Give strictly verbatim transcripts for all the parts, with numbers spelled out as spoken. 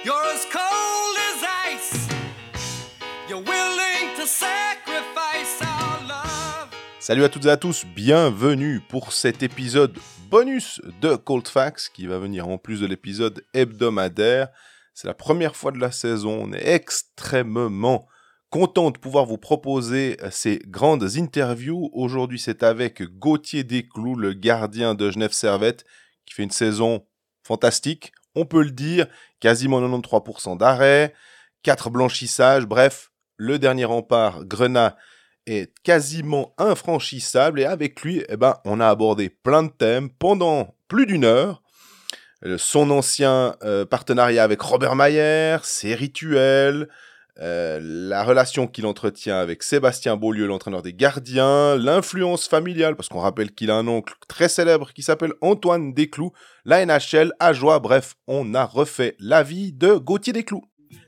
You're as cold as ice. You're willing to sacrifice our love. Salut à toutes et à tous, bienvenue pour cet épisode bonus de Cold Facts qui va venir en plus de l'épisode hebdomadaire. C'est la première fois de la saison, on est extrêmement content de pouvoir vous proposer ces grandes interviews. Aujourd'hui, c'est avec Gauthier Desclous, le gardien de Genève Servette, qui fait une saison fantastique, on peut le dire, quasiment quatre-vingt-treize pour cent d'arrêt, quatre blanchissages, bref, le dernier rempart, Grenat, est quasiment infranchissable, et avec lui, eh ben, on a abordé plein de thèmes pendant plus d'une heure. Son ancien euh, partenariat avec Robert Mayer, ses rituels, euh, la relation qu'il entretient avec Sébastien Beaulieu, l'entraîneur des gardiens, l'influence familiale, parce qu'on rappelle qu'il a un oncle très célèbre qui s'appelle Antoine Desclous, la N H L, Ajoie, bref, on a refait la vie de Gauthier Desclous.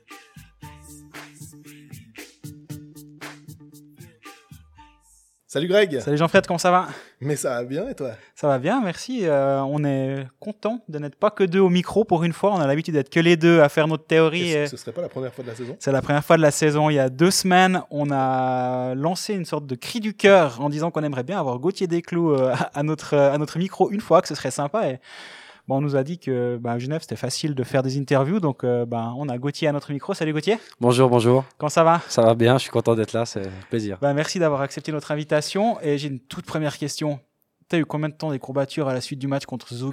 Salut Greg. Salut Jean-Fred, comment ça va ? Mais ça va bien et toi ? Ça va bien, merci. Euh, on est content de n'être pas que deux au micro pour une fois. On a l'habitude d'être que les deux à faire notre théorie. Et ce ne serait pas la première fois de la saison ? C'est la première fois de la saison. Il y a deux semaines, on a lancé une sorte de cri du cœur en disant qu'on aimerait bien avoir Gauthier Desclous euh, à, notre, à notre micro une fois, que ce serait sympa. Et bon, on nous a dit que bah, à Genève, c'était facile de faire des interviews. Donc, euh, bah, on a Gauthier à notre micro. Salut Gauthier. Bonjour, bonjour. Comment ça va ? Ça va bien, je suis content d'être là, c'est un plaisir. Bah, merci d'avoir accepté notre invitation. Et j'ai une toute première question. Tu as eu combien de temps des courbatures à la suite du match contre Zug ?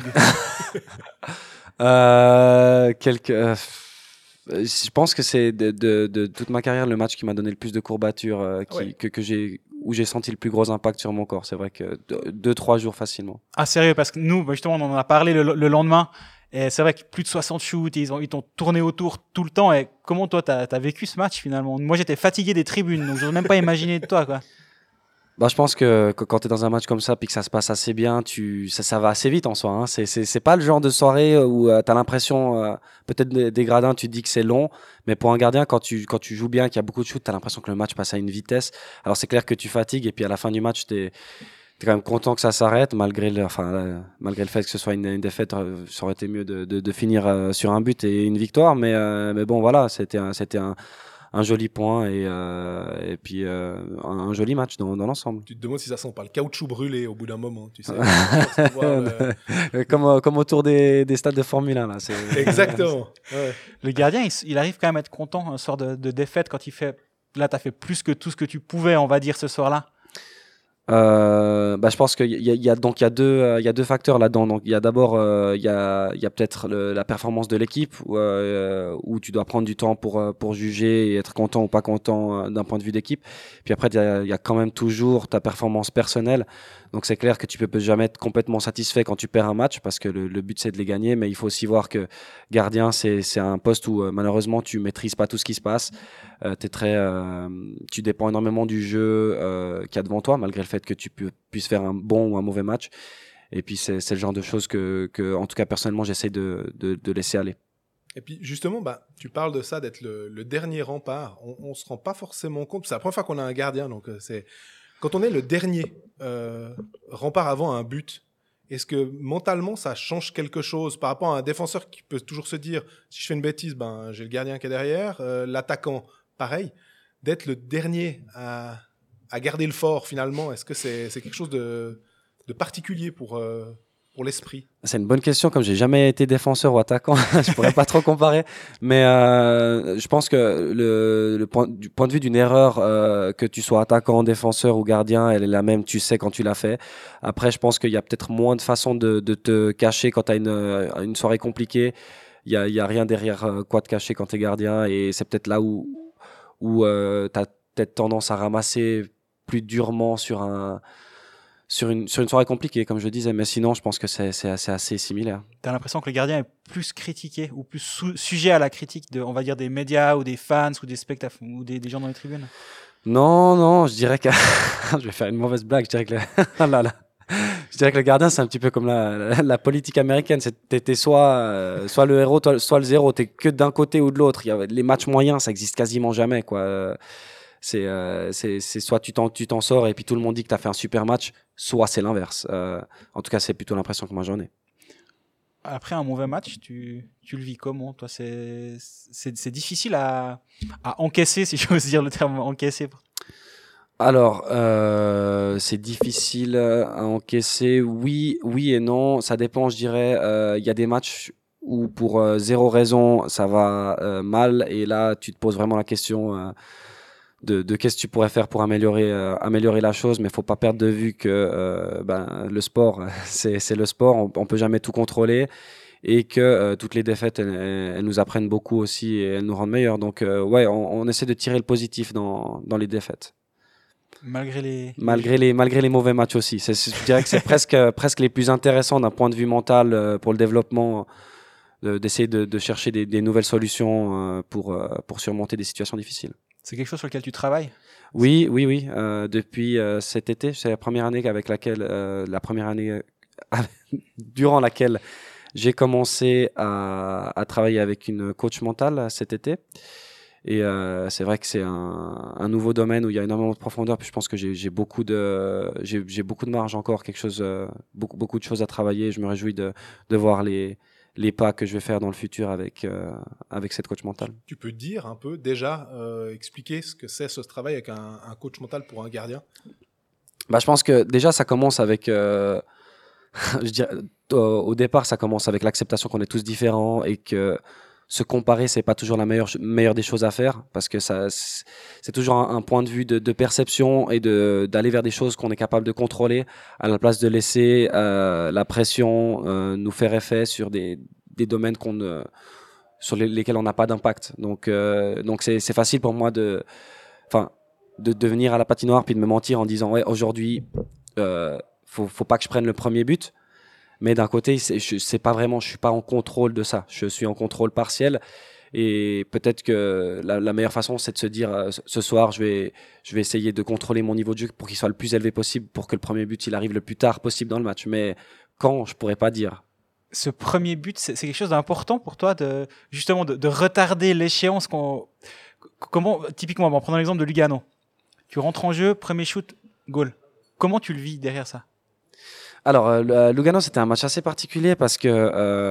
euh, quelques, euh, je pense que c'est de, de, de toute ma carrière le match qui m'a donné le plus de courbatures, euh, qui, ouais. que, que j'ai, où j'ai senti le plus gros impact sur mon corps. C'est vrai que deux, deux trois jours facilement. Ah sérieux ? Parce que nous, justement, on en a parlé le, le lendemain. Et c'est vrai que plus de soixante shoots, ils, ont, ils t'ont tourné autour tout le temps. Et comment toi, t'as, t'as vécu ce match finalement ? Moi, j'étais fatigué des tribunes, donc je n'ose même pas imaginer de toi, quoi. Bah, je pense que, que quand tu es dans un match comme ça puis que ça se passe assez bien, tu, ça, ça va assez vite en soi. Hein. C'est, c'est, c'est pas le genre de soirée où euh, tu as l'impression, euh, peut-être des, des gradins, tu te dis que c'est long, mais pour un gardien, quand tu, quand tu joues bien, qu'il y a beaucoup de shoots, tu as l'impression que le match passe à une vitesse. Alors c'est clair que tu fatigues et puis à la fin du match, tu es quand même content que ça s'arrête, malgré le, enfin, euh, malgré le fait que ce soit une, une défaite, euh, ça aurait été mieux de, de, de finir euh, sur un but et une victoire, mais, euh, mais bon, voilà, c'était un, c'était un un joli point et, euh, et puis euh, un, un joli match dans, dans l'ensemble. Tu te demandes si ça sent pas le caoutchouc brûlé au bout d'un moment, tu sais. le... comme, comme autour des, des stades de Formule un. Là, c'est... Exactement. Ouais. Le gardien, il, il arrive quand même à être content, un sort de, de défaite quand il fait... Là, tu as fait plus que tout ce que tu pouvais, on va dire, ce soir-là. Euh, bah, je pense qu'il y a, il y a donc il y a deux euh, il y a deux facteurs là-dedans. Donc il y a d'abord euh, il y a il y a peut-être le, la performance de l'équipe où, euh, où tu dois prendre du temps pour pour juger et être content ou pas content euh, d'un point de vue d'équipe. Puis après il y a, il y a quand même toujours ta performance personnelle. Donc c'est clair que tu peux jamais être complètement satisfait quand tu perds un match parce que le, le but c'est de les gagner, mais il faut aussi voir que gardien c'est c'est un poste où euh, malheureusement tu maîtrises pas tout ce qui se passe. Euh, t'es très euh, tu dépends énormément du jeu euh, qu'il y a devant toi malgré le fait que tu pu, puisses faire un bon ou un mauvais match. Et puis c'est c'est le genre de choses que que en tout cas personnellement j'essaie de de, de laisser aller. Et puis justement, bah, tu parles de ça, d'être le, le dernier rempart. On, on se rend pas forcément compte. C'est la première fois qu'on a un gardien, donc c'est quand on est le dernier euh, rempart avant un but. Est-ce que mentalement ça change quelque chose par rapport à un défenseur qui peut toujours se dire si je fais une bêtise, ben j'ai le gardien qui est derrière, euh, l'attaquant pareil, d'être le dernier à à garder le fort finalement. Est-ce que c'est c'est quelque chose de de particulier pour euh, pour l'esprit? C'est une bonne question. Comme j'ai jamais été défenseur ou attaquant, je pourrais pas trop comparer. Mais euh, je pense que le, le point, du point de vue d'une erreur, euh, que tu sois attaquant, défenseur ou gardien, elle est la même. Tu sais quand tu l'as fait. Après, je pense qu'il y a peut-être moins de façons de, de te cacher quand tu as une, une soirée compliquée. Il y a, il y a rien derrière quoi te cacher quand tu es gardien, et c'est peut-être là où où euh, tu as peut-être tendance à ramasser plus durement sur un sur une sur une soirée compliquée, comme je disais. Mais sinon, je pense que c'est c'est assez, assez similaire. T'as l'impression que le gardien est plus critiqué ou plus sou- sujet à la critique de, on va dire, des médias ou des fans ou des spectateurs ou des, des gens dans les tribunes? Non, non, je dirais que je vais faire une mauvaise blague. Je dirais que le... là, là. Je dirais que le gardien, c'est un petit peu comme la, la, la politique américaine. C'est, t'es, t'es soit, euh, soit le héros, soit le zéro. T'es que d'un côté ou de l'autre. Il y a, les matchs moyens, ça existe quasiment jamais, quoi. C'est, euh, c'est, c'est soit tu t'en, tu t'en sors et puis tout le monde dit que tu as fait un super match, soit c'est l'inverse. Euh, en tout cas, c'est plutôt l'impression que moi j'en ai. Après un mauvais match, tu, tu le vis comment? Toi, c'est, c'est, c'est difficile à, à encaisser, si j'ose dire le terme encaisser. Alors, euh, c'est difficile à encaisser. Oui, oui et non. Ça dépend, je dirais. Il euh, y a des matchs où pour euh, zéro raison, ça va euh, mal. Et là, tu te poses vraiment la question euh, de, de qu'est-ce que tu pourrais faire pour améliorer, euh, améliorer la chose. Mais il faut pas perdre de vue que euh, ben, le sport, c'est, c'est le sport. On, on peut jamais tout contrôler. Et que euh, toutes les défaites, elles, elles nous apprennent beaucoup aussi et elles nous rendent meilleurs. Donc, euh, ouais, on, on essaie de tirer le positif dans, dans les défaites. Malgré les... Malgré les, malgré les mauvais matchs aussi. C'est, je dirais que c'est presque, presque les plus intéressants d'un point de vue mental euh, pour le développement, euh, d'essayer de, de chercher des, des nouvelles solutions euh, pour, euh, pour surmonter des situations difficiles. C'est quelque chose sur lequel tu travailles? Oui, oui, oui. Euh, depuis euh, cet été, c'est la première année avec laquelle, euh, la première année euh, durant laquelle j'ai commencé à, à travailler avec une coach mentale cet été. Et euh, c'est vrai que c'est un, un nouveau domaine où il y a énormément de profondeur. Puis je pense que j'ai, j'ai beaucoup de, j'ai, j'ai beaucoup de marge encore, quelque chose, euh, beaucoup, beaucoup de choses à travailler. Je me réjouis de, de voir les, les pas que je vais faire dans le futur avec, euh, avec cette coach mentale. Tu peux dire un peu déjà, euh, expliquer ce que c'est ce travail avec un, un coach mental pour un gardien? Bah, je pense que déjà ça commence avec, euh, je dirais, au, au départ ça commence avec l'acceptation qu'on est tous différents et que se comparer, c'est pas toujours la meilleure, meilleure des choses à faire parce que ça, c'est toujours un, un point de vue de, de perception et de, d'aller vers des choses qu'on est capable de contrôler à la place de laisser euh, la pression euh, nous faire effet sur des, des domaines qu'on ne, sur les, lesquels on n'a pas d'impact. Donc, euh, donc c'est, c'est facile pour moi de, enfin, de, de venir à la patinoire puis de me mentir en disant ouais, aujourd'hui, euh, faut, faut pas que je prenne le premier but. Mais d'un côté, c'est, je, c'est pas vraiment, je suis pas en contrôle de ça. Je suis en contrôle partiel. Et peut-être que la, la meilleure façon, c'est de se dire, euh, ce soir, je vais, je vais essayer de contrôler mon niveau de jeu pour qu'il soit le plus élevé possible, pour que le premier but, il arrive le plus tard possible dans le match. Mais quand, je pourrais pas dire. Ce premier but, c'est, c'est quelque chose d'important pour toi, de, justement, de, de retarder l'échéance qu'on, comment, typiquement, en prenant l'exemple de Lugano. Tu rentres en jeu, premier shoot, goal. Comment tu le vis derrière ça? Alors, euh, Lugano, c'était un match assez particulier parce que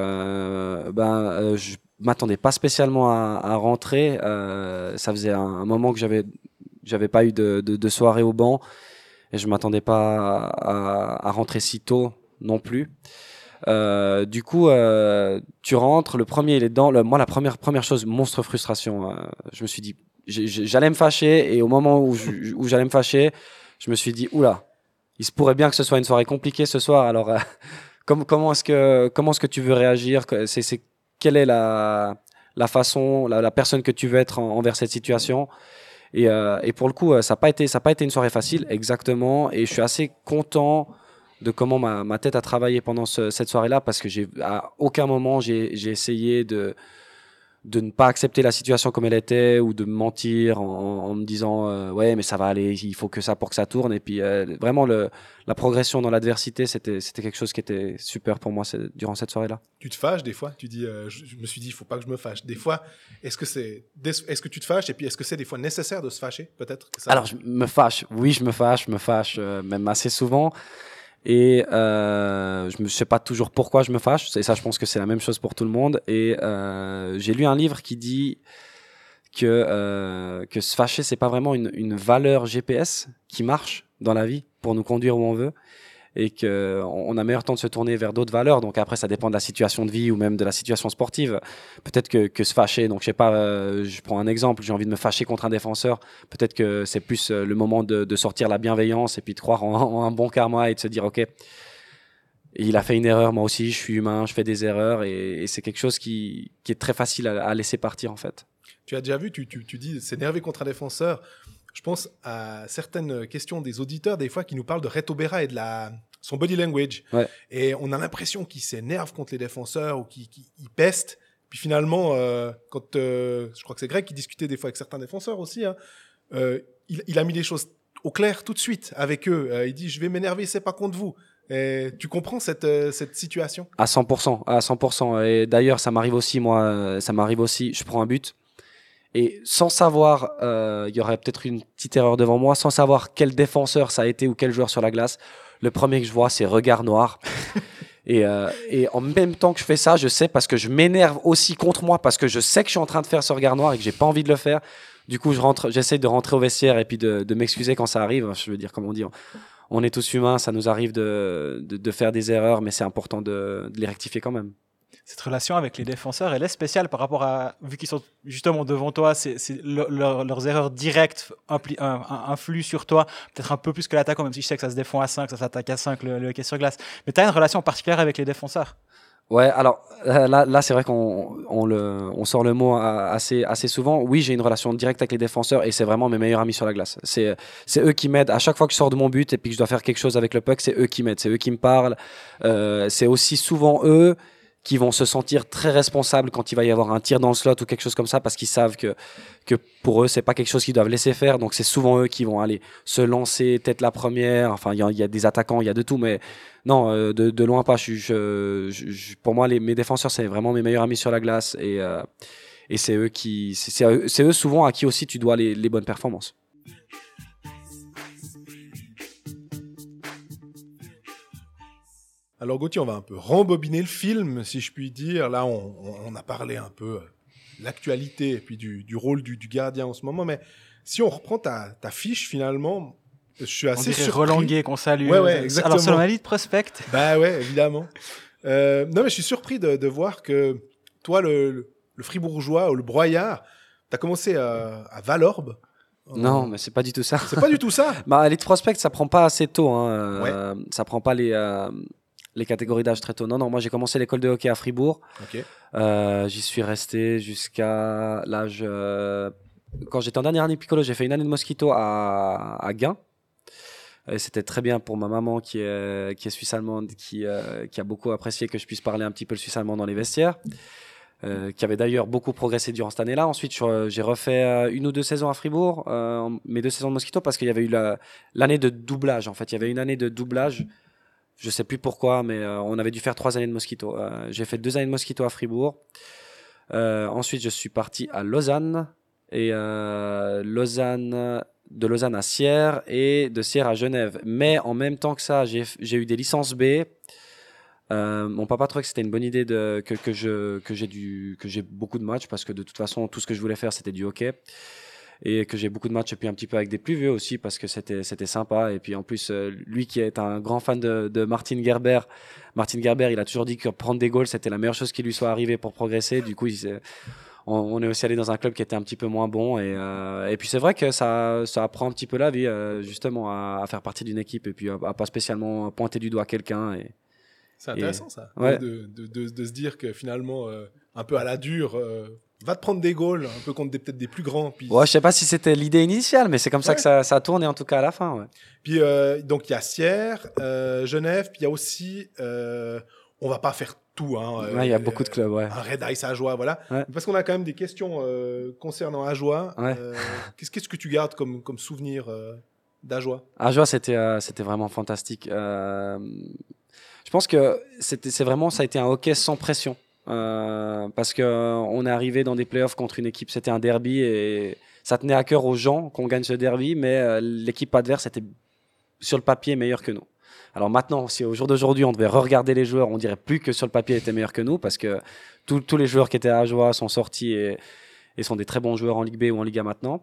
euh, ben, euh, je m'attendais pas spécialement à, à rentrer. Euh, ça faisait un, un moment que j'avais j'avais pas eu de, de, de soirée au banc et je m'attendais pas à, à, à rentrer si tôt non plus. Euh, du coup, euh, tu rentres, le premier il est dedans. Le, moi, la première première chose, monstre frustration. Euh, je me suis dit, j'allais me fâcher et au moment où, je, où j'allais me fâcher, je me suis dit, oula. Il se pourrait bien que ce soit une soirée compliquée ce soir. Alors, euh, comment, comment est-ce que comment est-ce que tu veux réagir? C'est, c'est quelle est la la façon, la, la personne que tu veux être en, envers cette situation? Et, euh, et pour le coup, ça n'a pas été ça n'a pas été une soirée facile, exactement. Et je suis assez content de comment ma ma tête a travaillé pendant ce, cette soirée-là parce que j'ai à aucun moment j'ai j'ai essayé de de ne pas accepter la situation comme elle était ou de me mentir en, en me disant euh, ouais mais ça va aller, il faut que ça pour que ça tourne. Et puis euh, vraiment le, la progression dans l'adversité c'était, c'était quelque chose qui était super pour moi c'est, durant cette soirée-là. Tu te fâches des fois? Tu dis, euh, je, je me suis dit il faut pas que je me fâche. Des fois, est-ce que, c'est, est-ce que tu te fâches et puis est-ce que c'est des fois nécessaire de se fâcher peut-être que ça... Alors je me fâche, oui je me fâche, je me fâche euh, même assez souvent. Et euh, je ne sais pas toujours pourquoi je me fâche. Et ça, je pense que c'est la même chose pour tout le monde. Et euh, j'ai lu un livre qui dit que, euh, que se fâcher, c'est pas vraiment une, une valeur G P S qui marche dans la vie pour nous conduire où on veut. Et qu'on a meilleur temps de se tourner vers d'autres valeurs. Donc après, ça dépend de la situation de vie ou même de la situation sportive. Peut-être que, que se fâcher, donc je sais pas, euh, je prends un exemple, j'ai envie de me fâcher contre un défenseur. Peut-être que c'est plus euh, le moment de, de sortir la bienveillance et puis de croire en, en un bon karma et de se dire, OK, il a fait une erreur, moi aussi, je suis humain, je fais des erreurs. Et, et c'est quelque chose qui, qui est très facile à, à laisser partir, en fait. Tu as déjà vu, tu, tu, tu dis s'énerver contre un défenseur. Je pense à certaines questions des auditeurs, des fois, qui nous parlent de Reto Berra et de la, son body language. Ouais. Et on a l'impression qu'il s'énerve contre les défenseurs ou qu'il, qu'il peste. Puis finalement, euh, quand euh, je crois que c'est Greg qui discutait des fois avec certains défenseurs aussi, hein, euh, il, il a mis les choses au clair tout de suite avec eux. Euh, il dit, je vais m'énerver, c'est pas contre vous. Et tu comprends cette, euh, cette situation? À cent pour cent, à cent pour cent. Et d'ailleurs, ça m'arrive aussi, moi, ça m'arrive aussi, je prends un but. Et sans savoir, euh, il y aurait peut-être une petite erreur devant moi, sans savoir quel défenseur ça a été ou quel joueur sur la glace, le premier que je vois, c'est regard noir. Et, euh, et en même temps que je fais ça, je sais parce que je m'énerve aussi contre moi parce que je sais que je suis en train de faire ce regard noir et que j'ai pas envie de le faire. Du coup, je rentre, j'essaie de rentrer au vestiaire et puis de, de m'excuser quand ça arrive. Je veux dire, comme on dit, on, on est tous humains, ça nous arrive de, de, de faire des erreurs, mais c'est important de, de les rectifier quand même. Cette relation avec les défenseurs, elle est spéciale par rapport à, vu qu'ils sont justement devant toi, c'est, c'est le, leur, leurs erreurs directes impli, un, un, influent sur toi, peut-être un peu plus que l'attaquant, même si je sais que ça se défend à cinq, ça s'attaque à cinq, le, le hockey sur glace. Mais tu as une relation particulière avec les défenseurs. Ouais, alors là, là c'est vrai qu'on on le, on sort le mot assez, assez souvent. Oui, j'ai une relation directe avec les défenseurs et c'est vraiment mes meilleurs amis sur la glace. C'est, c'est eux qui m'aident. À chaque fois que je sors de mon but et puis que je dois faire quelque chose avec le puck, c'est eux qui m'aident, c'est eux qui me parlent. Euh, c'est aussi souvent eux qui vont se sentir très responsables quand il va y avoir un tir dans le slot ou quelque chose comme ça parce qu'ils savent que, que pour eux, c'est pas quelque chose qu'ils doivent laisser faire. Donc, c'est souvent eux qui vont aller se lancer tête la première. Enfin, il y, y a des attaquants, il y a de tout, mais non, euh, de, de loin pas. Je, je, je, pour moi, les, mes défenseurs, c'est vraiment mes meilleurs amis sur la glace et, euh, et c'est eux qui, c'est, c'est, eux, c'est eux souvent à qui aussi tu dois les, les bonnes performances. Alors Gauthier, on va un peu rembobiner le film, si je puis dire. Là, on, on a parlé un peu de l'actualité et puis du, du rôle du, du gardien en ce moment. Mais si on reprend ta, ta fiche, finalement, je suis assez surpris. Roland Guay qu'on salue. Ouais, ouais, exactement. Alors, sur la liste prospect. Bah ouais, évidemment. Euh, non, mais je suis surpris de, de voir que toi, le, le, le fribourgeois ou le broyard, t'as commencé à, à Valorbe. Non, mais c'est pas du tout ça. C'est pas du tout ça. Bah, Elite Prospect, ça prend pas assez tôt. Hein. Ouais. Euh, ça prend pas les... Euh... les catégories d'âge très tôt. Non, non, moi j'ai commencé l'école de hockey à Fribourg. Okay. Euh, j'y suis resté jusqu'à l'âge... Euh... Quand j'étais en dernière année Piccolo, j'ai fait une année de Mosquito à, à Gand. Et c'était très bien pour ma maman qui est, qui est suisse-allemande, qui, euh, qui a beaucoup apprécié que je puisse parler un petit peu le suisse-allemand dans les vestiaires. Euh, qui avait d'ailleurs beaucoup progressé durant cette année-là. Ensuite, je, j'ai refait une ou deux saisons à Fribourg, euh, mes deux saisons de Mosquito, parce qu'il y avait eu la, l'année de doublage. En fait, il y avait une année de doublage. Je sais plus pourquoi, mais euh, on avait dû faire trois années de Mosquito. Euh, j'ai fait deux années de Mosquito à Fribourg. Euh, ensuite, je suis parti à Lausanne et euh, Lausanne, de Lausanne à Sierre et de Sierre à Genève. Mais en même temps que ça, j'ai, j'ai eu des licences B. Euh, mon papa trouvait que c'était une bonne idée de, que, que, je, que, j'ai du, que j'ai beaucoup de matchs parce que de toute façon, tout ce que je voulais faire, c'était du hockey. Et que j'ai beaucoup de matchs et puis un petit peu avec des plus vieux aussi parce que c'était c'était sympa. Et puis en plus, euh, lui qui est un grand fan de, de Martin Gerber, Martin Gerber, il a toujours dit que prendre des goals, c'était la meilleure chose qui lui soit arrivée pour progresser. Du coup, il, on, on est aussi allé dans un club qui était un petit peu moins bon. Et, euh, et puis c'est vrai que ça, ça apprend un petit peu la vie, euh, justement, à, à faire partie d'une équipe et puis à, à pas spécialement pointer du doigt quelqu'un. Et, c'est intéressant et, ça, ouais. de, de, de, de se dire que finalement, euh, un peu à la dure... Euh... va te prendre des goals, un peu contre des, peut-être des plus grands. Puis... Ouais, je sais pas si c'était l'idée initiale, mais c'est comme ça ouais. que ça, ça a tourné en tout cas à la fin. Ouais. Puis euh, donc il y a Sierre, euh, Genève, puis il y a aussi, euh, on va pas faire tout. Hein, il ouais, euh, y a beaucoup de clubs, ouais. Un Red Ice Ajoie, voilà. Ouais. Parce qu'on a quand même des questions euh, concernant Ajoie. Ouais. Euh, qu'est-ce, qu'est-ce que tu gardes comme, comme souvenir euh, d'Ajoie ? Ajoie, c'était, euh, c'était vraiment fantastique. Euh, je pense que c'était, c'est vraiment, ça a été un hockey sans pression. Euh, parce que euh, on est arrivé dans des playoffs contre une équipe, c'était un derby et ça tenait à cœur aux gens qu'on gagne ce derby, mais euh, l'équipe adverse était sur le papier meilleure que nous. Alors maintenant, si au jour d'aujourd'hui on devait re-regarder les joueurs, on dirait plus que sur le papier était meilleur que nous parce que tous tous les joueurs qui étaient à Ajoie sont sortis et, et sont des très bons joueurs en Ligue B ou en Liga maintenant.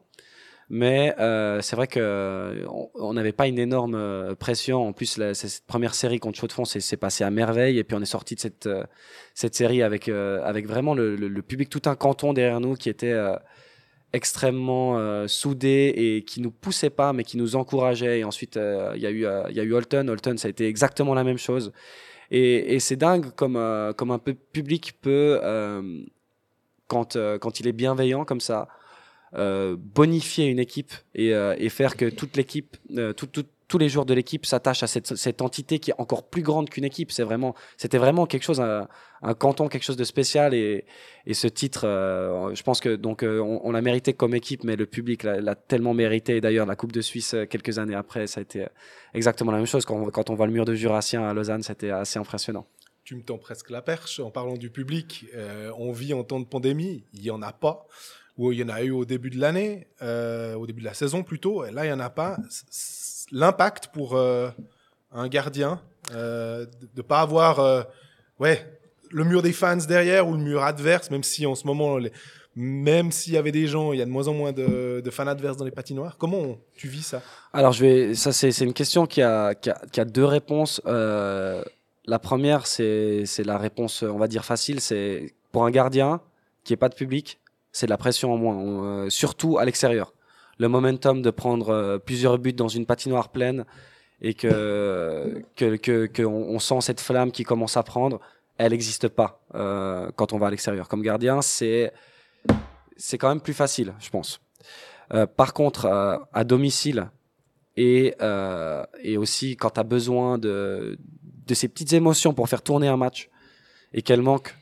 Mais euh, c'est vrai qu'on n'avait pas une énorme euh, pression. En plus, la, cette première série contre Chaux-de-Fonds s'est, s'est passée à merveille. Et puis, on est sorti de cette, euh, cette série avec, euh, avec vraiment le, le, le public, tout un canton derrière nous qui était euh, extrêmement euh, soudé et qui nous poussait pas, mais qui nous encourageait. Et ensuite, il euh, y a eu, il euh, y a eu Holton. Holton, ça a été exactement la même chose. Et, et c'est dingue comme, euh, comme un peu public peut, euh, quand, euh, quand il est bienveillant comme ça, Euh, bonifier une équipe et, euh, et faire que toute l'équipe, euh, tout, tout, tous les joueurs de l'équipe s'attachent à cette, cette entité qui est encore plus grande qu'une équipe. C'est vraiment, c'était vraiment quelque chose, un, un canton, quelque chose de spécial. Et, et ce titre, euh, je pense que donc euh, on, on l'a mérité comme équipe, mais le public l'a, l'a tellement mérité. Et d'ailleurs, la Coupe de Suisse, quelques années après, ça a été exactement la même chose. Quand on, quand on voit le mur de Jurassien à Lausanne, c'était assez impressionnant. Tu me tends presque la perche en parlant du public. Euh, on vit en temps de pandémie, il n'y en a pas. Ou il y en a eu au début de l'année, euh, au début de la saison plutôt, et là il n'y en a pas. L'impact pour euh, un gardien, euh, de ne pas avoir euh, ouais, le mur des fans derrière ou le mur adverse, même si en ce moment, les... même s'il y avait des gens, il y a de moins en moins de, de fans adverses dans les patinoires. Comment on... tu vis ça? Alors, je vais, ça, c'est, c'est une question qui a, qui a, qui a deux réponses. Euh, la première, c'est, c'est la réponse, on va dire facile. C'est pour un gardien qui n'est pas de public, c'est de la pression en moins, on, euh, surtout à l'extérieur. Le momentum de prendre euh, plusieurs buts dans une patinoire pleine et que, que, que, que on, on sent cette flamme qui commence à prendre, elle n'existe pas euh, quand on va à l'extérieur. Comme gardien, c'est, c'est quand même plus facile, je pense. Euh, par contre, euh, à domicile, et, euh, et aussi quand tu as besoin de, de ces petites émotions pour faire tourner un match et qu'elles manquent,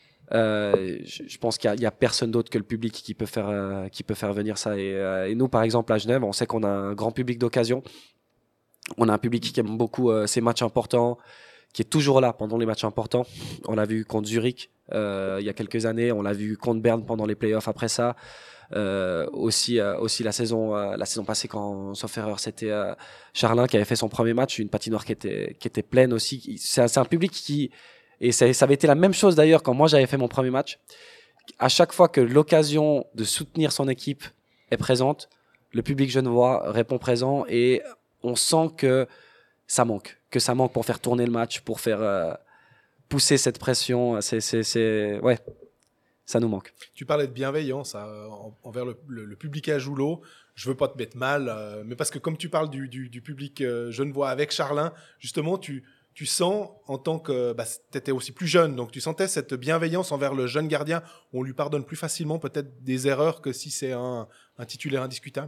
euh, je, je pense qu'il n'y a, a personne d'autre que le public qui peut faire, euh, qui peut faire venir ça. Et, euh, et nous, par exemple, à Genève, on sait qu'on a un grand public d'occasion. On a un public qui aime beaucoup euh, ces matchs importants, qui est toujours là pendant les matchs importants. On l'a vu contre Zurich euh, il y a quelques années, on l'a vu contre Berne pendant les playoffs après ça. Euh, aussi, euh, aussi la saison, euh, la saison passée, quand, sauf erreur, c'était euh, Charlin qui avait fait son premier match, une patinoire qui était, qui était pleine aussi. C'est un, c'est un public qui, et ça, ça avait été la même chose d'ailleurs quand moi j'avais fait mon premier match. À chaque fois que l'occasion de soutenir son équipe est présente, le public genevois répond présent et on sent que ça manque, que ça manque pour faire tourner le match, pour faire euh, pousser cette pression. C'est, c'est, c'est, ouais. Ça nous manque. Tu parlais de bienveillance hein, envers le, le, le public à Joulot. Je veux pas te mettre mal, euh, mais parce que comme tu parles du, du, du public euh, genevois avec Charlin, justement, tu, tu sens en tant que... Bah, tu étais aussi plus jeune, donc tu sentais cette bienveillance envers le jeune gardien. On lui pardonne plus facilement peut-être des erreurs que si c'est un, un titulaire indiscutable.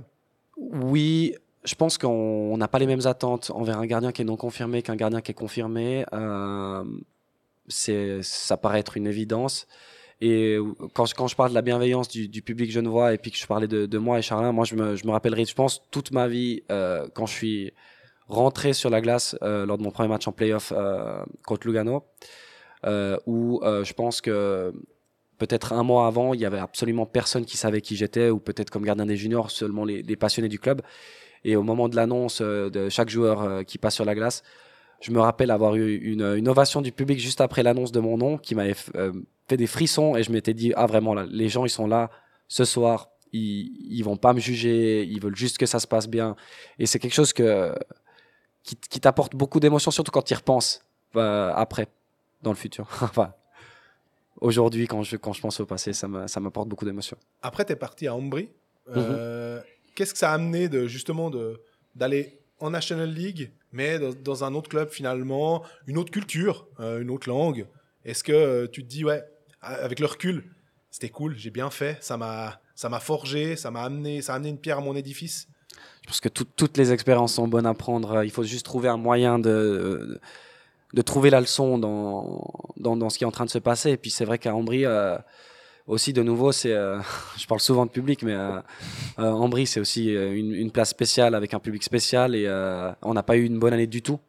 Oui, je pense qu'on n'a pas les mêmes attentes envers un gardien qui est non confirmé qu'un gardien qui est confirmé. Euh, c'est, ça paraît être une évidence. Et quand je, quand je parle de la bienveillance du, du public genevois et puis que je parlais de, de moi et Charlin, moi je me, je me rappellerai, je pense, toute ma vie euh, quand je suis rentré sur la glace euh, lors de mon premier match en play-off euh, contre Lugano, euh, où euh, je pense que peut-être un mois avant, il y avait absolument personne qui savait qui j'étais, ou peut-être comme gardien des juniors, seulement les, les passionnés du club. Et au moment de l'annonce euh, de chaque joueur euh, qui passe sur la glace, je me rappelle avoir eu une, une ovation du public juste après l'annonce de mon nom qui m'avait euh, fait des frissons et je m'étais dit ah vraiment là, les gens ils sont là ce soir, ils ils vont pas me juger, ils veulent juste que ça se passe bien et c'est quelque chose que qui, qui t'apporte beaucoup d'émotions surtout quand tu y repenses euh, après dans le futur. Enfin aujourd'hui quand je quand je pense au passé ça me, ça m'apporte beaucoup d'émotions. Après tu es parti à Ambry. Euh, Mm-hmm. Qu'est-ce que ça a amené de justement de d'aller en National League, mais dans, dans un autre club finalement, une autre culture, euh, une autre langue. Est-ce que euh, tu te dis, ouais, avec le recul, c'était cool, j'ai bien fait, ça m'a, ça m'a forgé, ça m'a amené, ça a amené une pierre à mon édifice? Je pense que tout, toutes les expériences sont bonnes à prendre. Il faut juste trouver un moyen de, de trouver la leçon dans, dans, dans ce qui est en train de se passer. Et puis c'est vrai qu'à Ambry, euh, aussi de nouveau, c'est, euh, je parle souvent de public, mais euh, euh, Ambry, c'est aussi une, une place spéciale avec un public spécial et euh, on n'a pas eu une bonne année du tout,